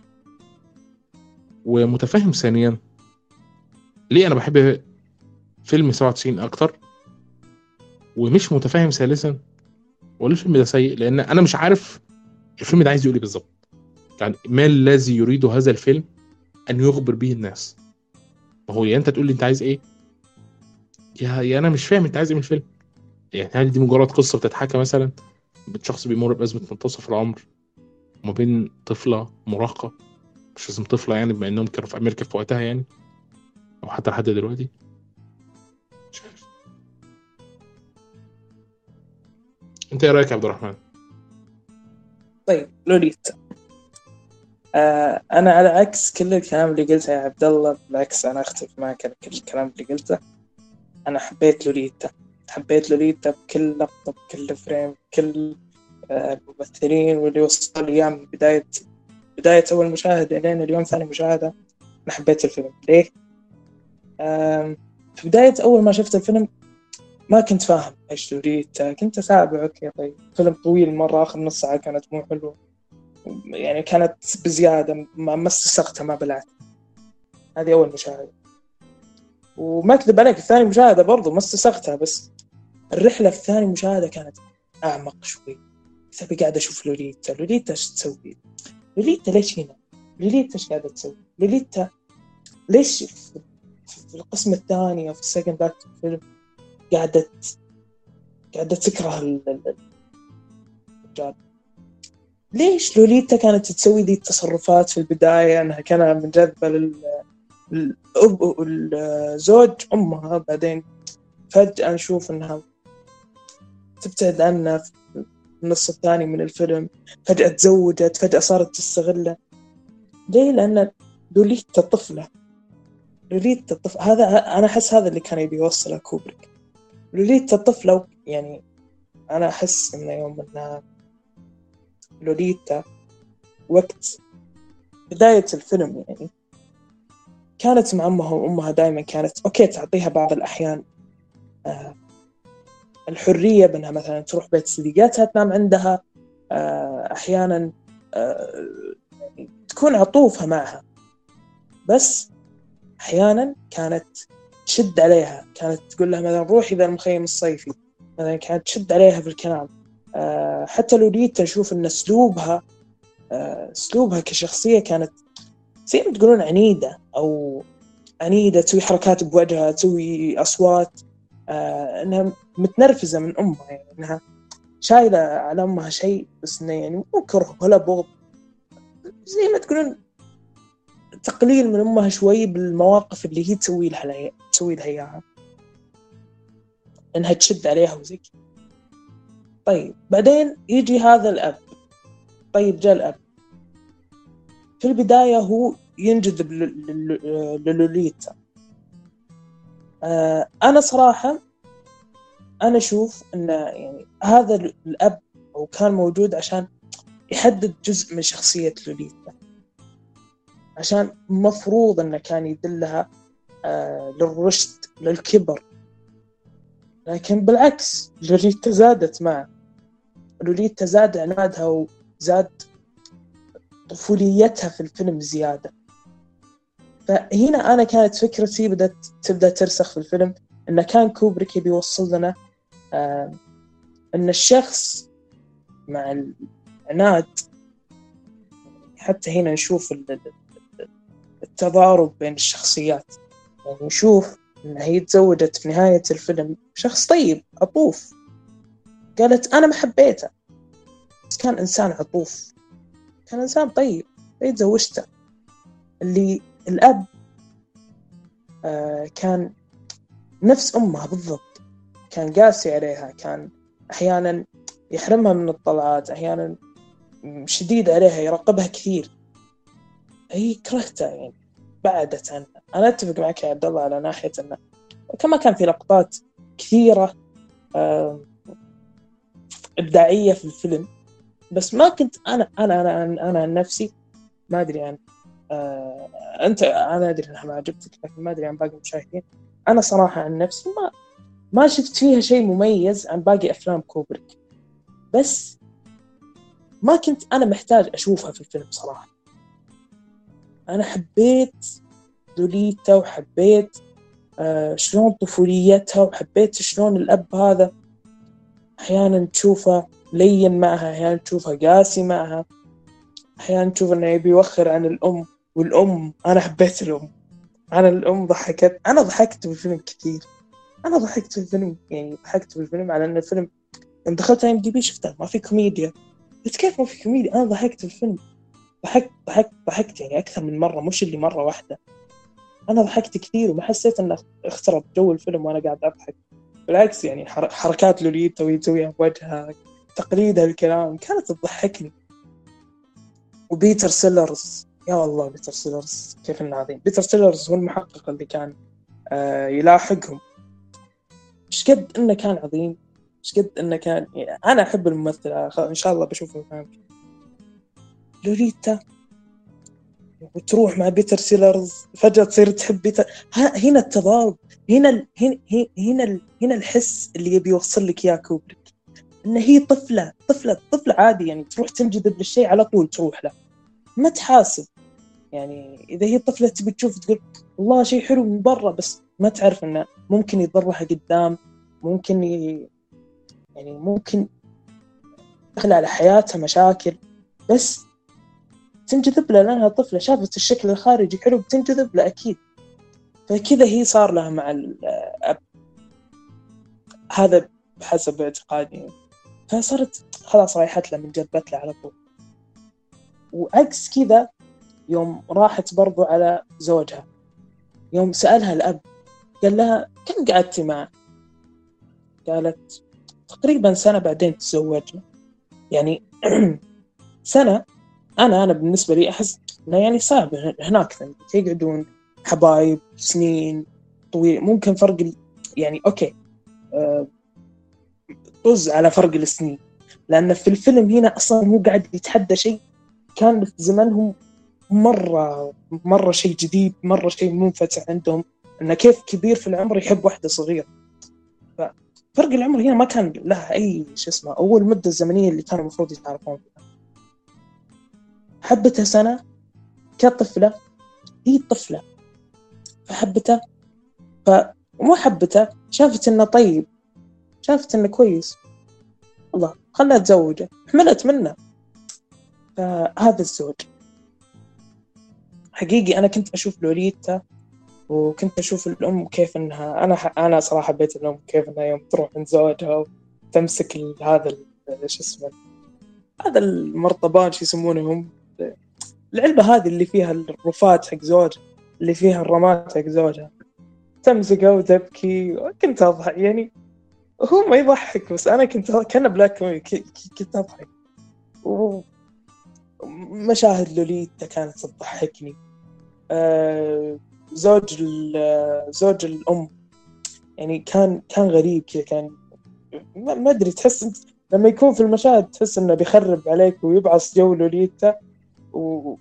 A: ومتفاهم ثانيا ليه انا بحب فيلم سبعة وتسعين اكتر، ومش متفاهم ثالثا ولا الفيلم ده سيء، لان انا مش عارف الفيلم ده عايز يقول ايه بالظبط. يعني ما الذي يريد هذا الفيلم ان يخبر به الناس؟ ما هو يا انت تقول لي انت عايز ايه، يا يا انا مش فاهم انت عايز ايه من الفيلم. يعني هل دي مجرد قصه بتتحكى مثلا بين شخص بيمر بازمه منتصف العمر وما بين طفله مراهقه، مش لازم طفله يعني بما انهم كانوا في امريكا في وقتها يعني، او حتى لحد دلوقتي؟ مش عارف. انت ايه رايك يا عبد الرحمن؟
B: طيب لوليتا، آه أنا على عكس كل الكلام اللي قلته يا عبد الله، بالعكس أنا أختلف معك على كل الكلام اللي قلته. أنا حبيت لوليتا، حبيت لوليتا بكل لقطة، بكل فريم، بكل آه الممثلين، واللي وصل لي من بداية بداية أول مشاهدة لين اليوم ثاني مشاهدة. أنا حبيت الفيلم ليه؟ آه في بداية أول ما شفت الفيلم ما كنت فاهم إيش لوليتا، كنت أتابع أوكي طيب فيلم طويل مرة، آخر نص ساعة كانت مو حلوة يعني، كانت بزيادة، ما ما استسقتها ما بلعت. هذه أول مشاهدة، وما أكذب عليك الثاني مشاهدة برضو ما استسقتها، بس الرحلة في ثاني مشاهدة كانت أعمق شوي. تبي قاعد أشوف لوليتا، لوليتا إيش تسوي؟ لوليتا ليش هنا؟ لوليتا إيش قاعدة تسوي؟ لوليتا ليش في في القسم الثاني أو في السكند أكت الفيلم قاعدة قاعدة تكره الرجال؟ ليش لوليتا كانت تسوي ذي التصرفات في البداية، أنها كانت منجذبة لل الأب الزوج أمها، بعدين فجأة نشوف أنها تبتعد عنه في النص الثاني من الفيلم، فجأة تزوجت، فجأة صارت تستغله. ليه؟ لأن لوليتا طفلة، لوليتا الطفل هذا، أنا أحس هذا اللي كان يبي يوصله كوبريك. لوليتا طفلة، يعني أنا أحس إنه يوم أنها لوليتا وقت بداية الفيلم يعني كانت مع أمها، وأمها دائما كانت أوكي تعطيها بعض الأحيان آه الحرية بأنها مثلا تروح بيت صديقاتها تنام عندها، آه أحيانا آه تكون عطوفة معها، بس أحيانا كانت تشد عليها، كانت تقول لها مثلا روحي ذا المخيم الصيفي، مثلا كانت تشد عليها في الكلام. آه حتى لوليتا نشوف أن أسلوبها آه أسلوبها كشخصية كانت زي ما تقولون عنيدة، أو عنيدة، تسوي حركات بوجهها، تسوي أصوات، آه إنها متنرفزة من أمها، يعني إنها شايلة على أمها شيء، بس إنه يعني مو كره ولا بغض، زي ما تقولون تقليل من أمها شوي بالمواقف اللي هي تسوي لها تسوي لها إياها، إنها تشد عليها وزي كذا. طيب بعدين يجي هذا الأب، طيب جاء الأب في البداية هو ينجذب للوليتا. آه أنا صراحة أنا أشوف أن يعني هذا الأب أو كان موجود عشان يحدد جزء من شخصية لوليتا، عشان مفروض أنه كان يدلها آه للرشد للكبر، لكن بالعكس لوليتا زادت معه. لوليتا زاد عنادها وزاد طفوليتها في الفيلم زيادة. فهنا أنا كانت فكرتي بدأت تبدأ ترسخ في الفيلم، إنه كان كوبريك يبي يوصل لنا آه إن الشخص مع العناد، حتى هنا نشوف التضارب بين الشخصيات. يعني نشوف إن هي تزوجت في نهاية الفيلم شخص طيب عطوف، قالت أنا ما حبيته، بس كان إنسان عطوف، كان إنسان طيب، هي تزوجته. اللي الأب آه كان نفس أمها بالضبط، كان قاسي عليها، كان أحيانا يحرمها من الطلعات، أحيانا شديد عليها، يراقبها كثير. هي كرهتها يعني، بعدت عنها. أنا أتفق معك يا عبد الله على ناحية أنه كما كان في لقطات كثيرة آه إبداعية في الفيلم، بس ما كنت أنا أنا أنا أنا, أنا عن نفسي ما أدري عن آه أنت، أنا أدري أنها ما عجبتك، لكن ما أدري عن باقي المشاهدين. أنا صراحة عن نفسي ما ما شفت فيها شيء مميز عن باقي أفلام كوبريك، بس ما كنت أنا محتاج أشوفها في الفيلم صراحة. أنا حبيت لوليتا، وحبيت آه شلون طفوليتها، وحبيت شلون الأب هذا أحيانا تشوفه لين معها، أحيانا تشوفه قاسي معها، أحيانا تشوف أنه يبي يوخر عن الأم. والأم أنا حبيت الأم، أنا الأم ضحكت، أنا ضحكت بالفيلم كثير، أنا ضحكت في الفيلم، يعني ضحكت بالفيلم على أن الفيلم لما دخلت إم دي بي شفته ما في كوميديا، قلت كيف ما في كوميديا؟ أنا ضحكت في الفيلم، ضحكت ضحكت ضحكت يعني أكثر من مرة، مش اللي مرة واحدة. أنا ضحكت كثير وما حسيت أن اخترب جو الفيلم وأنا قاعد أضحك، بالعكس يعني حركات لوليتا ويسويها بوجهها، تقليدها الكلام، كانت تضحكني. وبيتر سيلرز، يا الله بيتر سيلرز كيف إنه عظيم. بيتر سيلرز هو المحقق اللي كان آه يلاحقهم، مش قد إنه كان عظيم، مش قد إنه كان يعني أنا أحب الممثل، إن شاء الله بشوفه الفيلم. لوليتا وتروح مع بيتر سيلرز، فجأة تصير تحب بيتر. هنا التضارب، هنا ال... هنا هنا ال... هنا الحس اللي يبي يوصل لك يا كوبريك، إن هي طفلة طفلة طفلة عادي، يعني تروح تنجذب للشيء على طول تروح له، ما تحاسب. يعني إذا هي طفلة تبي تشوف تقول والله شيء حلو من برا، بس ما تعرف إنه ممكن يضرها قدام، ممكن ي... يعني ممكن يدخل على حياتها مشاكل، بس تنجذب له لأنها طفلة، شافت الشكل الخارجي حلو بتنجذب له أكيد. فكذا هي صار لها مع الأب، هذا بحسب اعتقادي. فصارت خلاص رايحت له من جذبت له على طول. وعكس كذا يوم راحت برضو على زوجها، يوم سألها الأب قال لها كم قعدتي معه؟ قالت تقريبا سنة بعدين تزوجنا. يعني سنة، أنا أنا بالنسبة لي أحس إنه يعني صعب هناك يقعدون حبايب سنين طويل، ممكن فرق ال... يعني أوكي أه... طز على فرق السنين، لأن في الفيلم هنا أصلا هو قاعد يتحدى شيء كان في زمانهم مرة مرة شيء جديد، مرة شيء منفتح عندهم، إنه كيف كبير في العمر يحب واحدة صغيرة. ففرق العمر هنا ما كان لها أي شيء اسمه، أول المدة الزمنية اللي كانوا المفروض يتعرفون فيها. حبتها سنة كطفلة، هي طفلة فحبته، فمو حبته، شافت إنه طيب، شافت إنه كويس، الله خلها تزوجه، حملت منه. فهذا الزوج حقيقي. أنا كنت أشوف لوليتا وكنت أشوف الأم كيف إنها، أنا أنا صراحة حبيت الأم كيف إنها يوم تروح من زوجها وتمسك هذا إيش اسمه، هذا المرطبان شو يسمونهم، العلبة هذه اللي فيها الرفات حق زوج، اللي فيها الرمات حق زوجها، تمسكها وتبكي. وكنت أضحك، يعني هو ما يضحك بس أنا كنت كأنه بلاك كوميدي، كنت أضحك. ومشاهد لوليتا كانت تضحكني. أه زوج زوج الأم يعني كان كان غريب كذا، كان ما ما ادري، تحس انت لما يكون في المشاهد تحس انه بيخرب عليك ويبعث جو لوليتا و...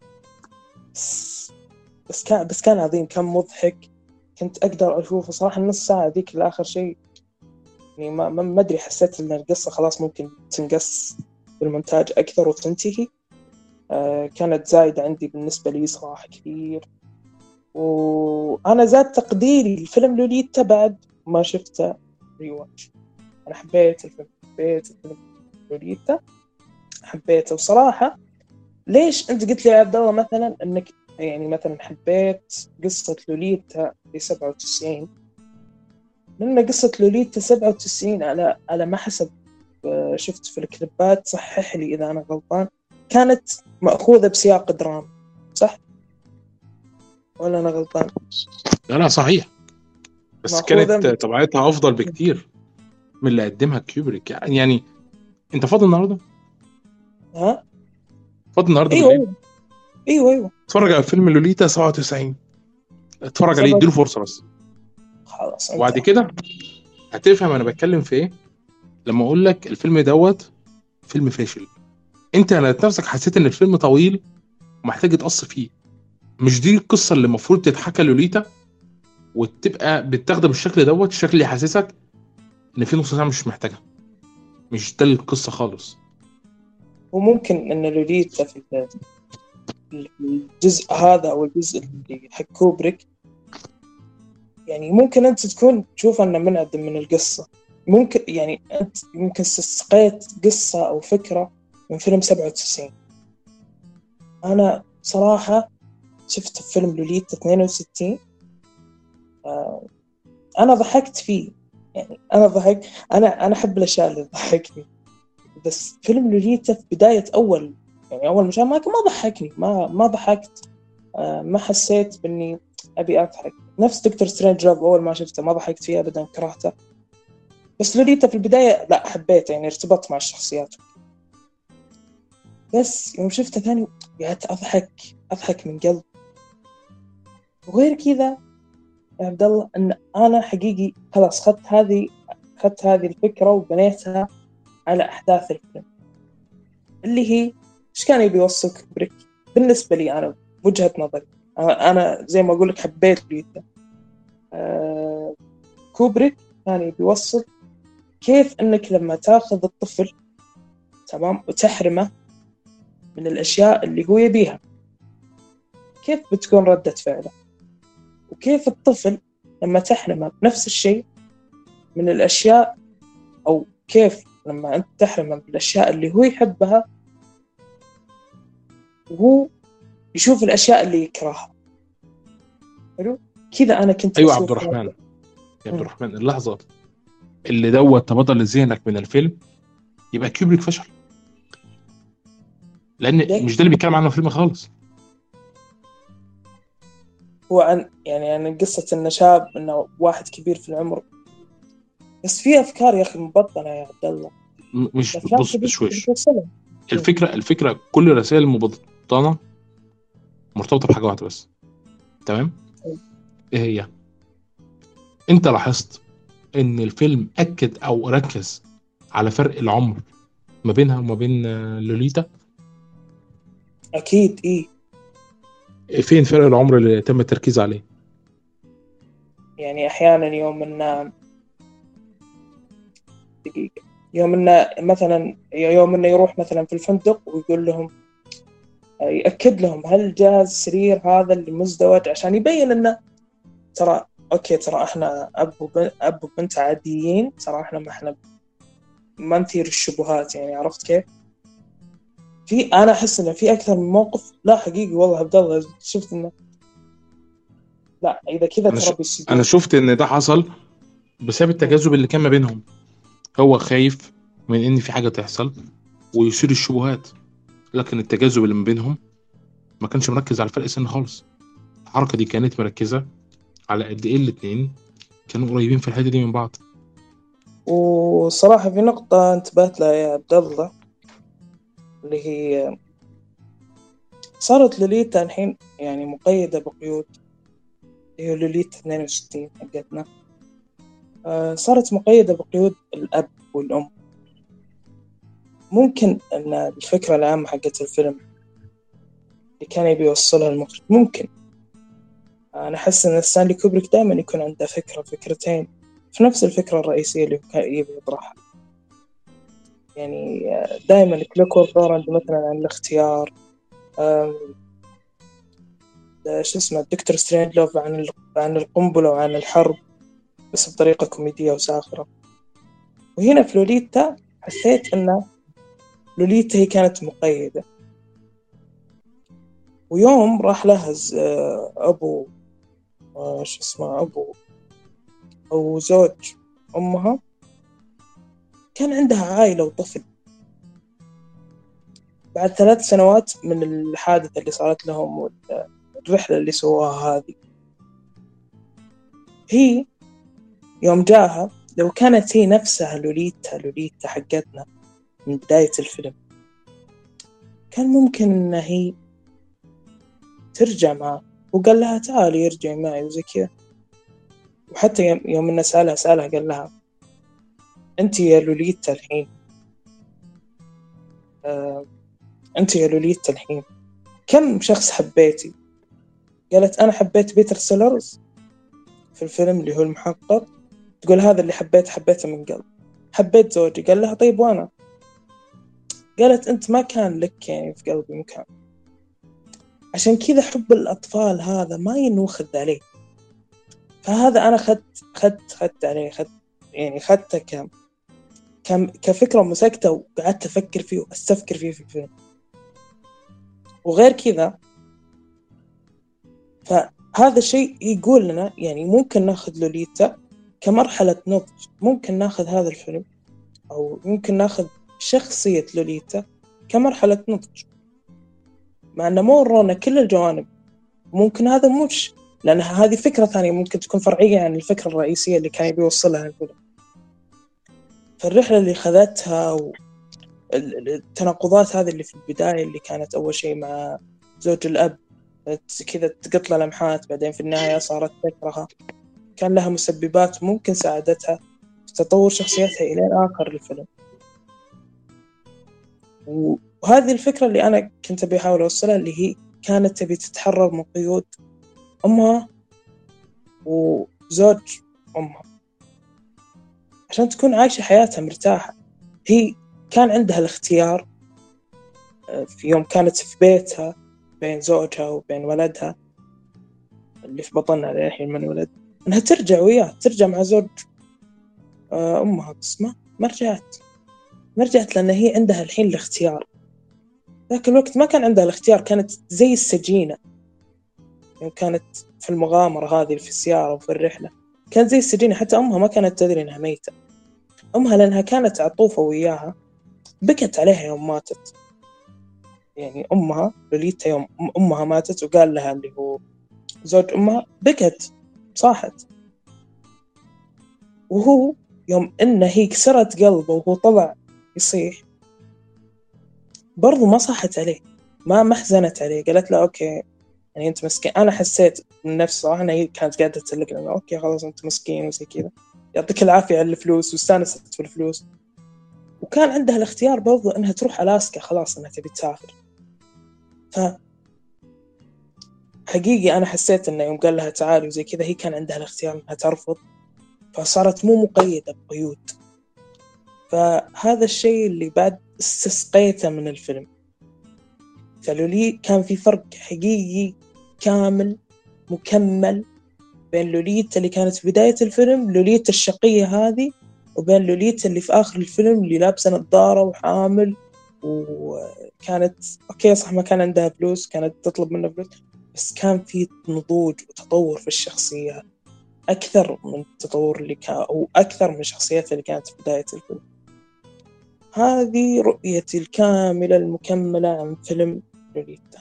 B: بس بس كان بس كان عظيم، كان مضحك. كنت اقدر اشوفه صراحه النص ساعه ذيك الاخر شيء يعني ما ما ما ادري، حسيت ان القصه خلاص ممكن تنقص بالمونتاج اكثر وتنتهي. آه كانت زايده عندي بالنسبه لي صراحه كثير. وانا زاد تقديري لفيلم لوليتا بعد ما شفته ريواتش. انا حبيت الفيلم، حبيت الفيلم لوليتا، حبيته. وصراحه ليش انت قلت لي يا عبد الله مثلا انك يعني مثلا حبيت قصه لوليتا في سبعة وتسعين؟ لان قصه لوليتا سبعة وتسعين على على ما حسب شفت في الكليبات، صحح لي اذا انا غلطان، كانت مأخوذة بسياق درامي صح ولا انا غلطان؟
A: لا لا صحيح، بس
B: مأخوذة
A: كانت
B: من...
A: طبيعتها افضل بكتير من اللي قدمها كيوبريك. يعني, يعني انت فاضي النهارده؟
B: ها
A: فاضي النهارده
B: ايوه
A: بالليل؟
B: ايوه ايوه ايوه
A: اتفرج على فيلم لوليتا سبعة وتسعين، اتفرج عليه،
B: سبعة
A: اديله فرصه بس.
B: خلاص
A: وبعد
B: انتهى.
A: كده هتفهم انا بتكلم في ايه لما اقول لك الفيلم دوت فيلم فاشل. انت ذات نفسك حسيت ان الفيلم طويل ومحتاج يتقص فيه. مش دي القصه اللي المفروض تتحكى لوليتا وتبقى بتاخدها بالشكل دوت، الشكل اللي يحسسك ان في نص ساعه مش محتاجها. مش ده القصه خالص.
B: وممكن ان لوليتا في الجزء هذا او الجزء اللي حق كوبريك يعني ممكن انت تكون تشوف انه منعدم من القصة. ممكن يعني انت يمكن استسقيت قصة او فكرة من فيلم سبعة وتسعين. انا صراحة شفت فيلم لوليتا اثنين وستين، آه انا ضحكت فيه. يعني انا ضحك، انا انا احب الاشياء اللي تضحكني. بس فيلم لوليتا في بداية اول يعني اول مشاهد ما ما ضحكني، ما ما ضحكت. آه ما حسيت باني ابي اضحك. نفس دكتور سترينج لوف، اول ما شفته ما ضحكت فيه ابدا، كرهته. بس لوليتا في البداية لا حبيته، يعني ارتبطت مع الشخصيات. بس يوم شفته ثاني قعدت اضحك اضحك من قلب. وغير كذا يا عبد الله ان انا حقيقي خلاص خدت هذه خدت هذه الفكره وبنيتها على احداث الفيلم اللي هي ايش كان يبي يوصل كوبريك. بالنسبه لي انا وجهه نظري، انا أنا زي ما اقول لك حبيت لوليتا. آه كوبريك كان يبي يوصل كيف انك لما تاخذ الطفل تمام وتحرمه من الاشياء اللي هو يبيها كيف بتكون ردة فعله، وكيف الطفل لما تحرمه بنفس الشيء من الاشياء، او كيف لما انت تحرمه من الاشياء اللي هو يحبها وهو يشوف الاشياء اللي يكرهها. حلو كذا انا كنت
A: ايوه عبد
B: اشوف.
A: الرحمن، يا عبد الرحمن اللحظه اللي دوت تبادل لذهنك من الفيلم يبقى كيوبريك فشل، لان
B: ليه؟
A: مش ده اللي بيتكلم عنه الفيلم خالص.
B: هو عن يعني عن قصة انه شاب، انه واحد كبير في العمر، بس في افكار يا اخي مبطنة يا عبد الله.
A: م- مش
B: الافلام
A: بص
B: تبي
A: بشويش.
B: توصلها.
A: الفكره الفكره كل الرسائل المبطنه مرتبطه بحاجه واحده بس. تمام؟ ايه هي؟ انت لاحظت ان الفيلم اكد او ركز على فرق العمر ما بينها وما بين آه، لوليتا؟
B: اكيد ايه.
A: فين فرق العمر اللي تم التركيز عليه؟
B: يعني احيانا يوم انه دقيقة يوم انه مثلا يوم انه يروح مثلا في الفندق ويقول لهم، يأكد لهم هل جاهز السرير هذا اللي مزدوج، عشان يبين انه ترى اوكي ترى احنا اب وبنت اب وبنت عاديين، ترى احنا ما احنا ما نثير الشبهات. يعني عرفت كيف؟ في انا احس انه في اكثر من موقف لا حقيقي والله عبد الله شفت انه لا اذا كذا
A: انا ش...
B: ترى
A: انا
B: بيسيبون.
A: شفت ان ده حصل بسبب التجاذب اللي كان ما بينهم. هو خايف من ان في حاجه تحصل ويثير الشبهات، لكن التجاذب اللي ما بينهم ما كانش مركز على فرق سن خالص. الحركه دي كانت مركزه على قد ايه الاتنين كانوا قريبين في الحته دي من بعض.
B: وصراحة في نقطة انتبهت لها يا عبد الله، اللي هي صارت لوليتا الحين يعني مقيدة بقيود، هي لوليتا اثنين وستين حقتنا. آه، صارت مقيدة بقيود الأب والأم. ممكن أن الفكرة العامة حقت الفيلم اللي كان يبي يوصلها المخرج، ممكن أنا أحس أن ستانلي كوبريك دائما يكون عنده فكرة فكرتين في نفس الفكرة الرئيسية اللي كان يبي يطرحها. يعني دائما كلوكورك أورنج مثلا عن الاختيار، شو اسمه دكتور سترينج لوف عن عن القنبلة وعن الحرب، بس بطريقة كوميدية وساخرة. وهنا في لوليتا حسيت أن لوليتا هي كانت مقيدة. ويوم راح لها أبو شو اسمه أبو أو زوج أمها، كان عندها عائلة وطفل. بعد ثلاث سنوات من الحادثة اللي صارت لهم والرحلة اللي سواها هذه، هي يوم جاها لو كانت هي نفسها لوليتا لوليتا حقتنا من بداية الفيلم، كان ممكن إن هي ترجع معه، وقال لها تعالي يرجع معي وزي كذا. وحتى يوم إنه سألها سألها قال لها أنت يا لوليتا الحين، آه أنت يا لوليتا الحين كم شخص حبيتي؟ قالت أنا حبيت بيتر سيلرز في الفيلم اللي هو المحقق. تقول هذا اللي حبيت حبيته من قلب. حبيت زوجي. قال لها طيب وأنا؟ قالت أنت ما كان لك يعني في قلبي مكان. عشان كذا حب الأطفال هذا ما ينوخذ عليه. فهذا أنا خدت خدت خدت عليه خدت يعني خدته كم كم كفكرة مسكتة، وقعدت أفكر فيه وأستفكر فيه في الفيلم. وغير كذا فهذا الشيء يقول لنا يعني ممكن ناخذ لوليتا كمرحلة نضج. ممكن ناخذ هذا الفيلم أو ممكن ناخذ شخصية لوليتا كمرحلة نضج، مع أنه مو ورونا كل الجوانب. ممكن هذا مش، لأن هذه فكرة ثانية ممكن تكون فرعية عن الفكرة الرئيسية اللي كان بيوصلها الفيلم. فالرحلة اللي خذتها والتناقضات هذه اللي في البداية، اللي كانت أول شيء مع زوج الأب كذا تقط له لمحات، بعدين في النهاية صارت تكرهها، كان لها مسببات ممكن ساعدتها في تطور شخصيتها إلى آخر الفيلم. وهذه الفكرة اللي أنا كنت بحاول أوصلها، اللي هي كانت تبي تتحرر من قيود أمها وزوج أمها عشان تكون عايشة حياتها مرتاحة. هي كان عندها الاختيار في يوم كانت في بيتها بين زوجها وبين ولدها اللي في بطنها الحين من ولد، أنها ترجع وياه، ترجع مع زوج أمها، بس ما ما رجعت ما رجعت لأن هي عندها الحين الاختيار. ذاك الوقت ما كان عندها الاختيار، كانت زي السجينة. يعني كانت في المغامرة هذه في السيارة وفي الرحلة كانت زي السجينة. حتى أمها ما كانت تدري أنها ميتة. أمها لأنها كانت عطوفة وياها بكت عليها يوم ماتت. يعني أمها لوليتا يوم أمها ماتت وقال لها اللي هو زوج أمها بكت صاحت. وهو يوم إنه هي كسرت قلبه وهو طلع يصيح برضو ما صاحت عليه، ما محزنت عليه، قالت له أوكي يعني أنت مسكين. أنا حسيت من نفسي صراحة أنها هي كانت قاعدة تسلك لنا أوكي خلاص أنت مسكين وزي كذا، يعطيك العافية على الفلوس، واستانست في الفلوس. وكان عندها الاختيار برضو أنها تروح ألاسكا، خلاص أنها تبي تسافر. ف حقيقي أنا حسيت أنه يوم قال لها تعالي وزي كذا هي كان عندها الاختيار أنها ترفض، فصارت مو مقيدة بقيود. فهذا الشيء اللي بعد استسقيته من الفيلم. فلولي كان في فرق حقيقي كامل مكمل بين لوليتا اللي كانت في بداية الفيلم، لوليتا الشقية هذه، وبين لوليتا اللي في آخر الفيلم اللي لابسة نظارة وحامل. وكانت أوكي صح ما كان عندها فلوس، كانت تطلب منه فلوس، بس كان في نضوج وتطور في الشخصية أكثر من التطور اللي كان، أو أكثر من شخصيتها اللي كانت في بداية الفيلم. هذه رؤيتي الكاملة المكملة عن فيلم لوليتا.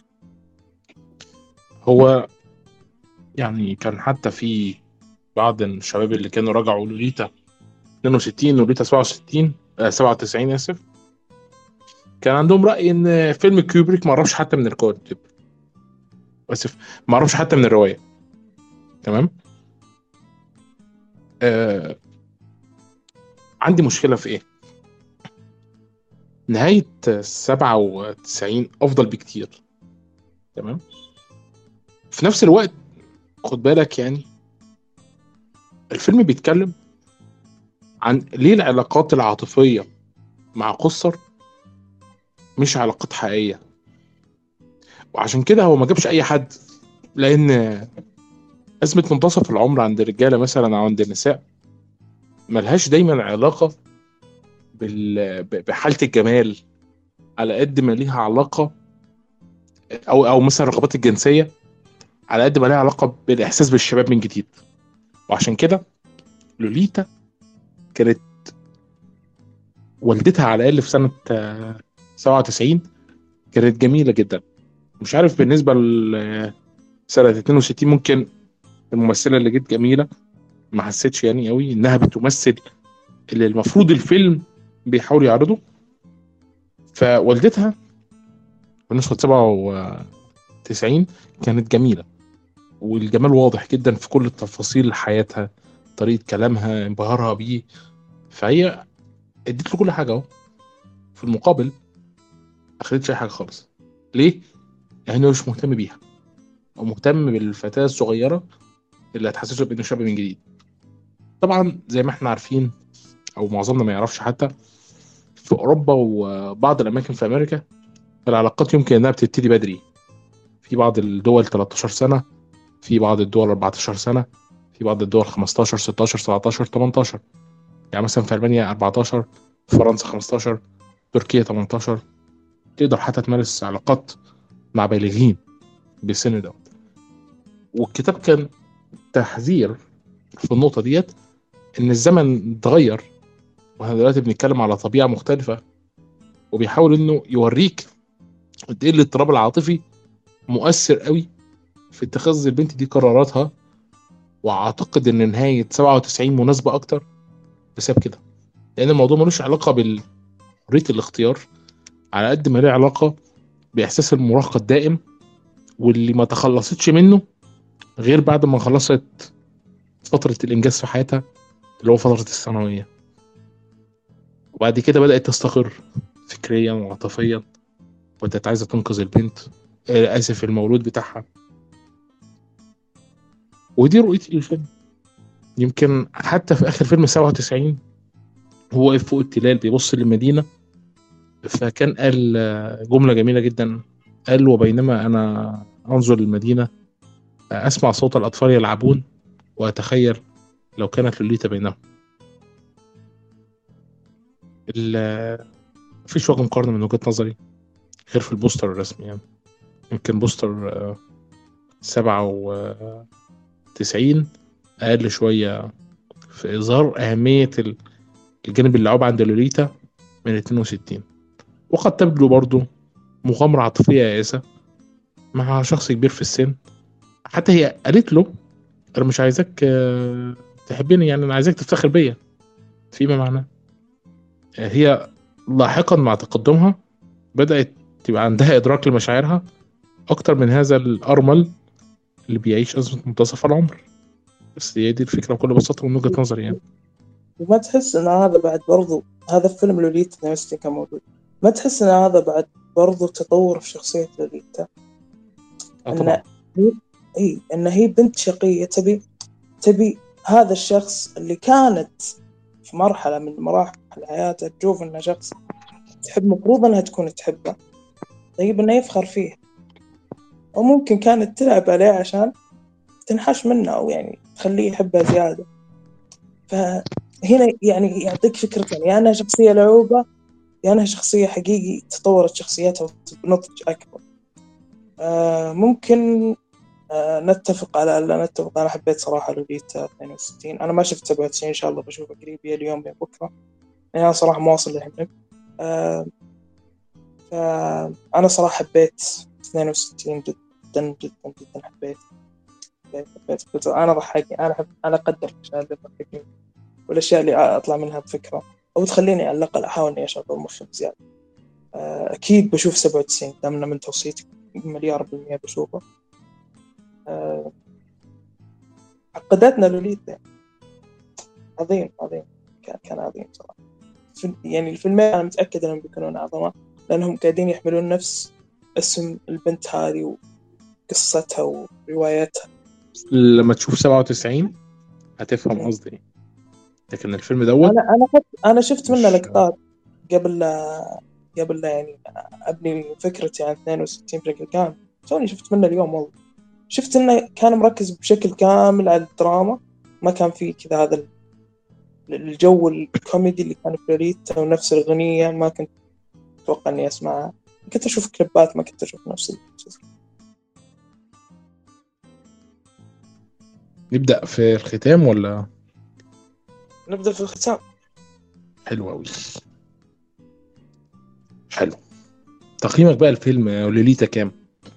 A: هو يعني كان حتى في بعض الشباب اللي كانوا رجعوا لوليتا اثنين وستين ولوليتا سبعة وستين آه سبعة وتسعين اسف، كان عندهم رأي ان فيلم كوبريك ما قربش حتى من الكاتب، اسف ما قربش حتى من الرواية. تمام. آه عندي مشكلة في إيه؟ نهاية سبعة وتسعين أفضل بكتير. تمام. في نفس الوقت خد بالك يعني الفيلم بيتكلم عن ليه العلاقات العاطفية مع قصر مش علاقات حقيقية. وعشان كده هو ما جابش أي حد، لأن أزمة منتصف العمر عند الرجالة مثلا أو عند النساء ملهاش دايما علاقة بال... ب- بحالة الجمال، على قد ما ليها علاقة، أو أو مثلا الرغبات الجنسية، على قد ما ليها علاقة بالإحساس بالشباب من جديد. وعشان كده لوليتا كانت والدتها على الأقل في سنة آه، سبعة وتسعين كانت جميلة جدا. مش عارف بالنسبة لسنة اتنين وستين ممكن الممثلة اللي جت جميلة، ما حسيتش يعني قوي إنها بتمثل اللي المفروض الفيلم بيحاول يعرضه. فوالدتها في نسخة سبعة وتسعين كانت جميلة، والجمال واضح جدا في كل تفاصيل حياتها، طريقة كلامها، انبهارها بيه. فهي اديت له كل حاجة اهو، في المقابل ما خدتش اي حاجة خالص. ليه؟ لأنه مش مهتم بيها، أو مهتم بالفتاة الصغيرة اللي هتحسسه بإنه شاب من جديد. طبعا زي ما احنا عارفين، أو معظمنا ما يعرفش حتى، في أوروبا وبعض الأماكن في أمريكا العلاقات يمكن إنها بتبتدي بدري. في بعض الدول تلتاشر سنة، في بعض الدول أربعتاشر سنة، في بعض الدول خمستاشر ستاشر سبعتاشر تمنتاشر. يعني مثلا في ألمانيا أربعتاشر، في فرنسا خمستاشر، تركيا تمنتاشر. تقدر حتى تمارس علاقات مع بالغين بالسن ده. والكتاب كان تحذير في النقطة ديت، إن الزمن اتغير، واحنا دلوقتي بنتكلم على طبيعة مختلفة. وبيحاول إنه يوريك قد إيه الاضطراب العاطفي مؤثر قوي في اتخاذ البنت دي قراراتها. وأعتقد إن نهاية سبعة وتسعين مناسبة أكتر بسبب كده، لأن الموضوع ملوش علاقة بالحرية الاختيار على قد ما له علاقة بإحساس المراهقة الدائم، واللي ما تخلصتش منه غير بعد ما خلصت فترة الإنجاز في حياتها، اللي هو فترة الثانوية. وبعد كده بدأت تستقر فكريا وعاطفيا، وكانت عايزة تنقذ البنت، آه، آسف، المولود بتاعها. ودي رؤيتي للفيلم. يمكن حتى في آخر فيلم سبعة وتسعين هو واقف فوق التلال بيبص للمدينة، فكان قال آه، جملة جميلة جدا. قال: وبينما أنا أنظر للمدينة أسمع صوت الأطفال يلعبون، وأتخيل لو كانت لوليتا بينهم. ال- مفيش وجه مقارنة من وجهة نظري غير في البوستر الرسمي يعني. يمكن بوستر آه، سبعة وتسعين أقل شوية في إظهار أهمية ال- الجانب اللعوب عند لوليتا من اتنين وستين. وقد تبدو برضو مغامرة عاطفية يائسة مع شخص كبير في السن. حتى هي قالت له: أنا مش عايزك آه، تحبني، يعني أنا عايزك تفتخر بيا. فيما معناه آه، هي لاحقا مع تقدمها بدأت تبقى عندها إدراك لمشاعرها أكتر من هذا الأرمل اللي بيعيش أزمة منتصف العمر. بس هي دي الفكرة بكل بساطة من وجهة نظري يعني.
B: وما تحس ان هذا بعد برضو، هذا الفيلم لوليتا اثنين وستين كان موجود، ما تحس ان هذا بعد برضو تطور في شخصية لوليتا؟
A: اه
B: ان
A: طبعا.
B: هي اي ان هي بنت شقية، تبي تبي هذا الشخص اللي كانت في مرحلة من مراحل حياتها تشوف انه شخص تحب، مفروض انها تكون تحبه، طيب انه يفخر فيه، او ممكن كانت تلعب عليه عشان تنحش منه، او يعني تخليه يحبها زيادة. فهنا يعني يعطيك فكرة، يعني أنا شخصية لعوبة، يعني أنا شخصية حقيقي تطورت شخصيتها بنضج أكبر. آه ممكن آه نتفق على لا نتفق. أنا حبيت صراحة لوليتا اثنين وستين، أنا ما شفت سبعة وتسعين، إن شاء الله بشوفه قريب، يا اليوم يا بكرة، يعني أنا صراحة مواصل للحين. آه فأنا صراحة حبيت اثنين وستين جدا جدا جدا، حبيت حبيت حبيت, حبيت. أنا ضحكني، أنا أحب، أنا أقدر الأشياء اللي تضحكني والأشياء اللي أطلع منها بفكرة أو تخليني على الأقل أحاول إني أشغل مخي بزيادة. أكيد بشوف سبعة وتسعين، دامنا من توصيتك مليار بالمية بشوفه. أه عقدتنا لوليتا، عظيم عظيم كان. كان عظيم صراحة. يعني الفيلمين أنا متأكد أنهم بيكونون عظمة، لأنهم قاعدين يحملون نفس اسم البنت هذه وقصتها وروايتها.
A: لما تشوف سبعة وتسعين هتفهم قصدي. لكن الفيلم دوت
B: أنا أنا خدت أنا شفت منه
A: مش
B: لقطات قبل لا قبل لا يعني أبني فكرتي عن اثنين وستين بشكل كامل. توني شفت منه اليوم والله. شفت إنه كان مركز بشكل كامل على الدراما، ما كان فيه كذا هذا الجو الكوميدي اللي كان في لوليتا ونفس الأغنية ما كنت أتوقع إني أسمعها. كنت أشوف كليبات، ما كنت أشوف نفس المسلسل.
A: نبدأ في الختام ولا؟
B: نبدأ في الختام.
A: حلو أوي، حلو. تقييمك بقى الفيلم لوليتا كام؟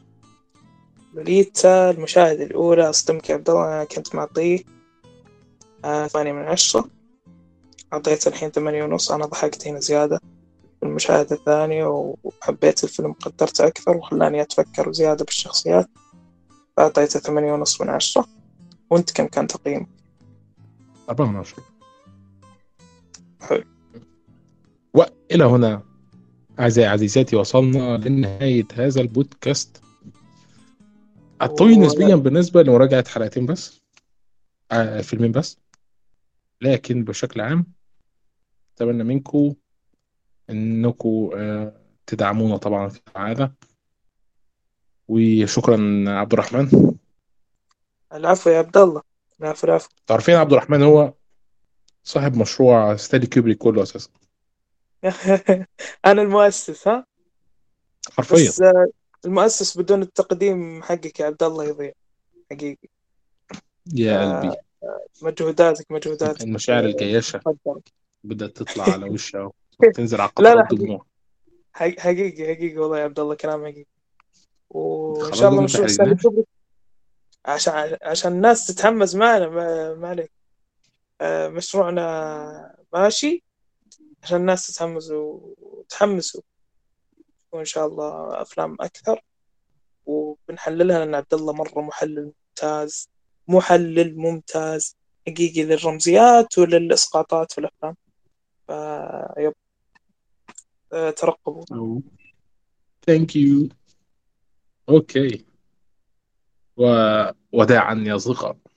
B: لوليتا المشاهدة الأولى أصدمك يا عبد الله، أنا كنت معطيه آه ثمانية من عشرة. أعطيت الحين ثمانية ونص. أنا ضحكت هنا زيادة في المشاهدة الثانية، وحبيت الفيلم، قدرته أكثر وخلاني أتفكر زيادة بالشخصيات، فأعطيته ثمانية ونص من عشرة. وأنت كم كان تقييمك؟
A: أربعة من عشرة.
B: حلو.
A: وإلى هنا أعزائي عزيزاتي وصلنا لنهاية هذا البودكاست الطويل
B: و...
A: نسبيا بالنسبة لمراجعة حلقتين بس، آه فيلمين بس، لكن بشكل عام أتمنى منكم إنكم آه تدعمونا طبعا في العادة. وشكرا عبد الرحمن.
B: العفو يا عبد الله. العفو العفو.
A: تعرفين عبد الرحمن هو صاحب مشروع ستانلي كوبريك كله أساسا،
B: أنا المؤسس ها.
A: حرفيا.
B: بس آه، المؤسس بدون التقديم حقك يا عبد الله يضيع حقيقي.
A: يا قلبي،
B: مجهوداتك مجهوداتك
A: المشاعر
B: آه،
A: الجياشة
B: تقدر.
A: بدأت تطلع على وشها وتنزل على
B: لا لا،
A: قطرات
B: حقيقي
A: دموع.
B: حقيقي حقيقي والله يا عبد الله كلام حقيقي. وإن
A: خلاص
B: شاء
A: ده
B: الله
A: ما
B: مشروع ستانلي
A: تحرجناش.
B: كوبريك عشان عشان الناس تتحمس معنا. ما, ما عليك. آه، مشروعنا ماشي عشان الناس تتحمس وتحمسوا، وإن شاء الله أفلام أكثر وبنحللها، لأن عبد الله مرة محلل ممتاز. محلل ممتاز حقيقي للرمزيات وللإسقاطات في الأفلام. فيب آه، ترقبوا.
A: ثانك يو. اوكي، ووداعا يا صغار.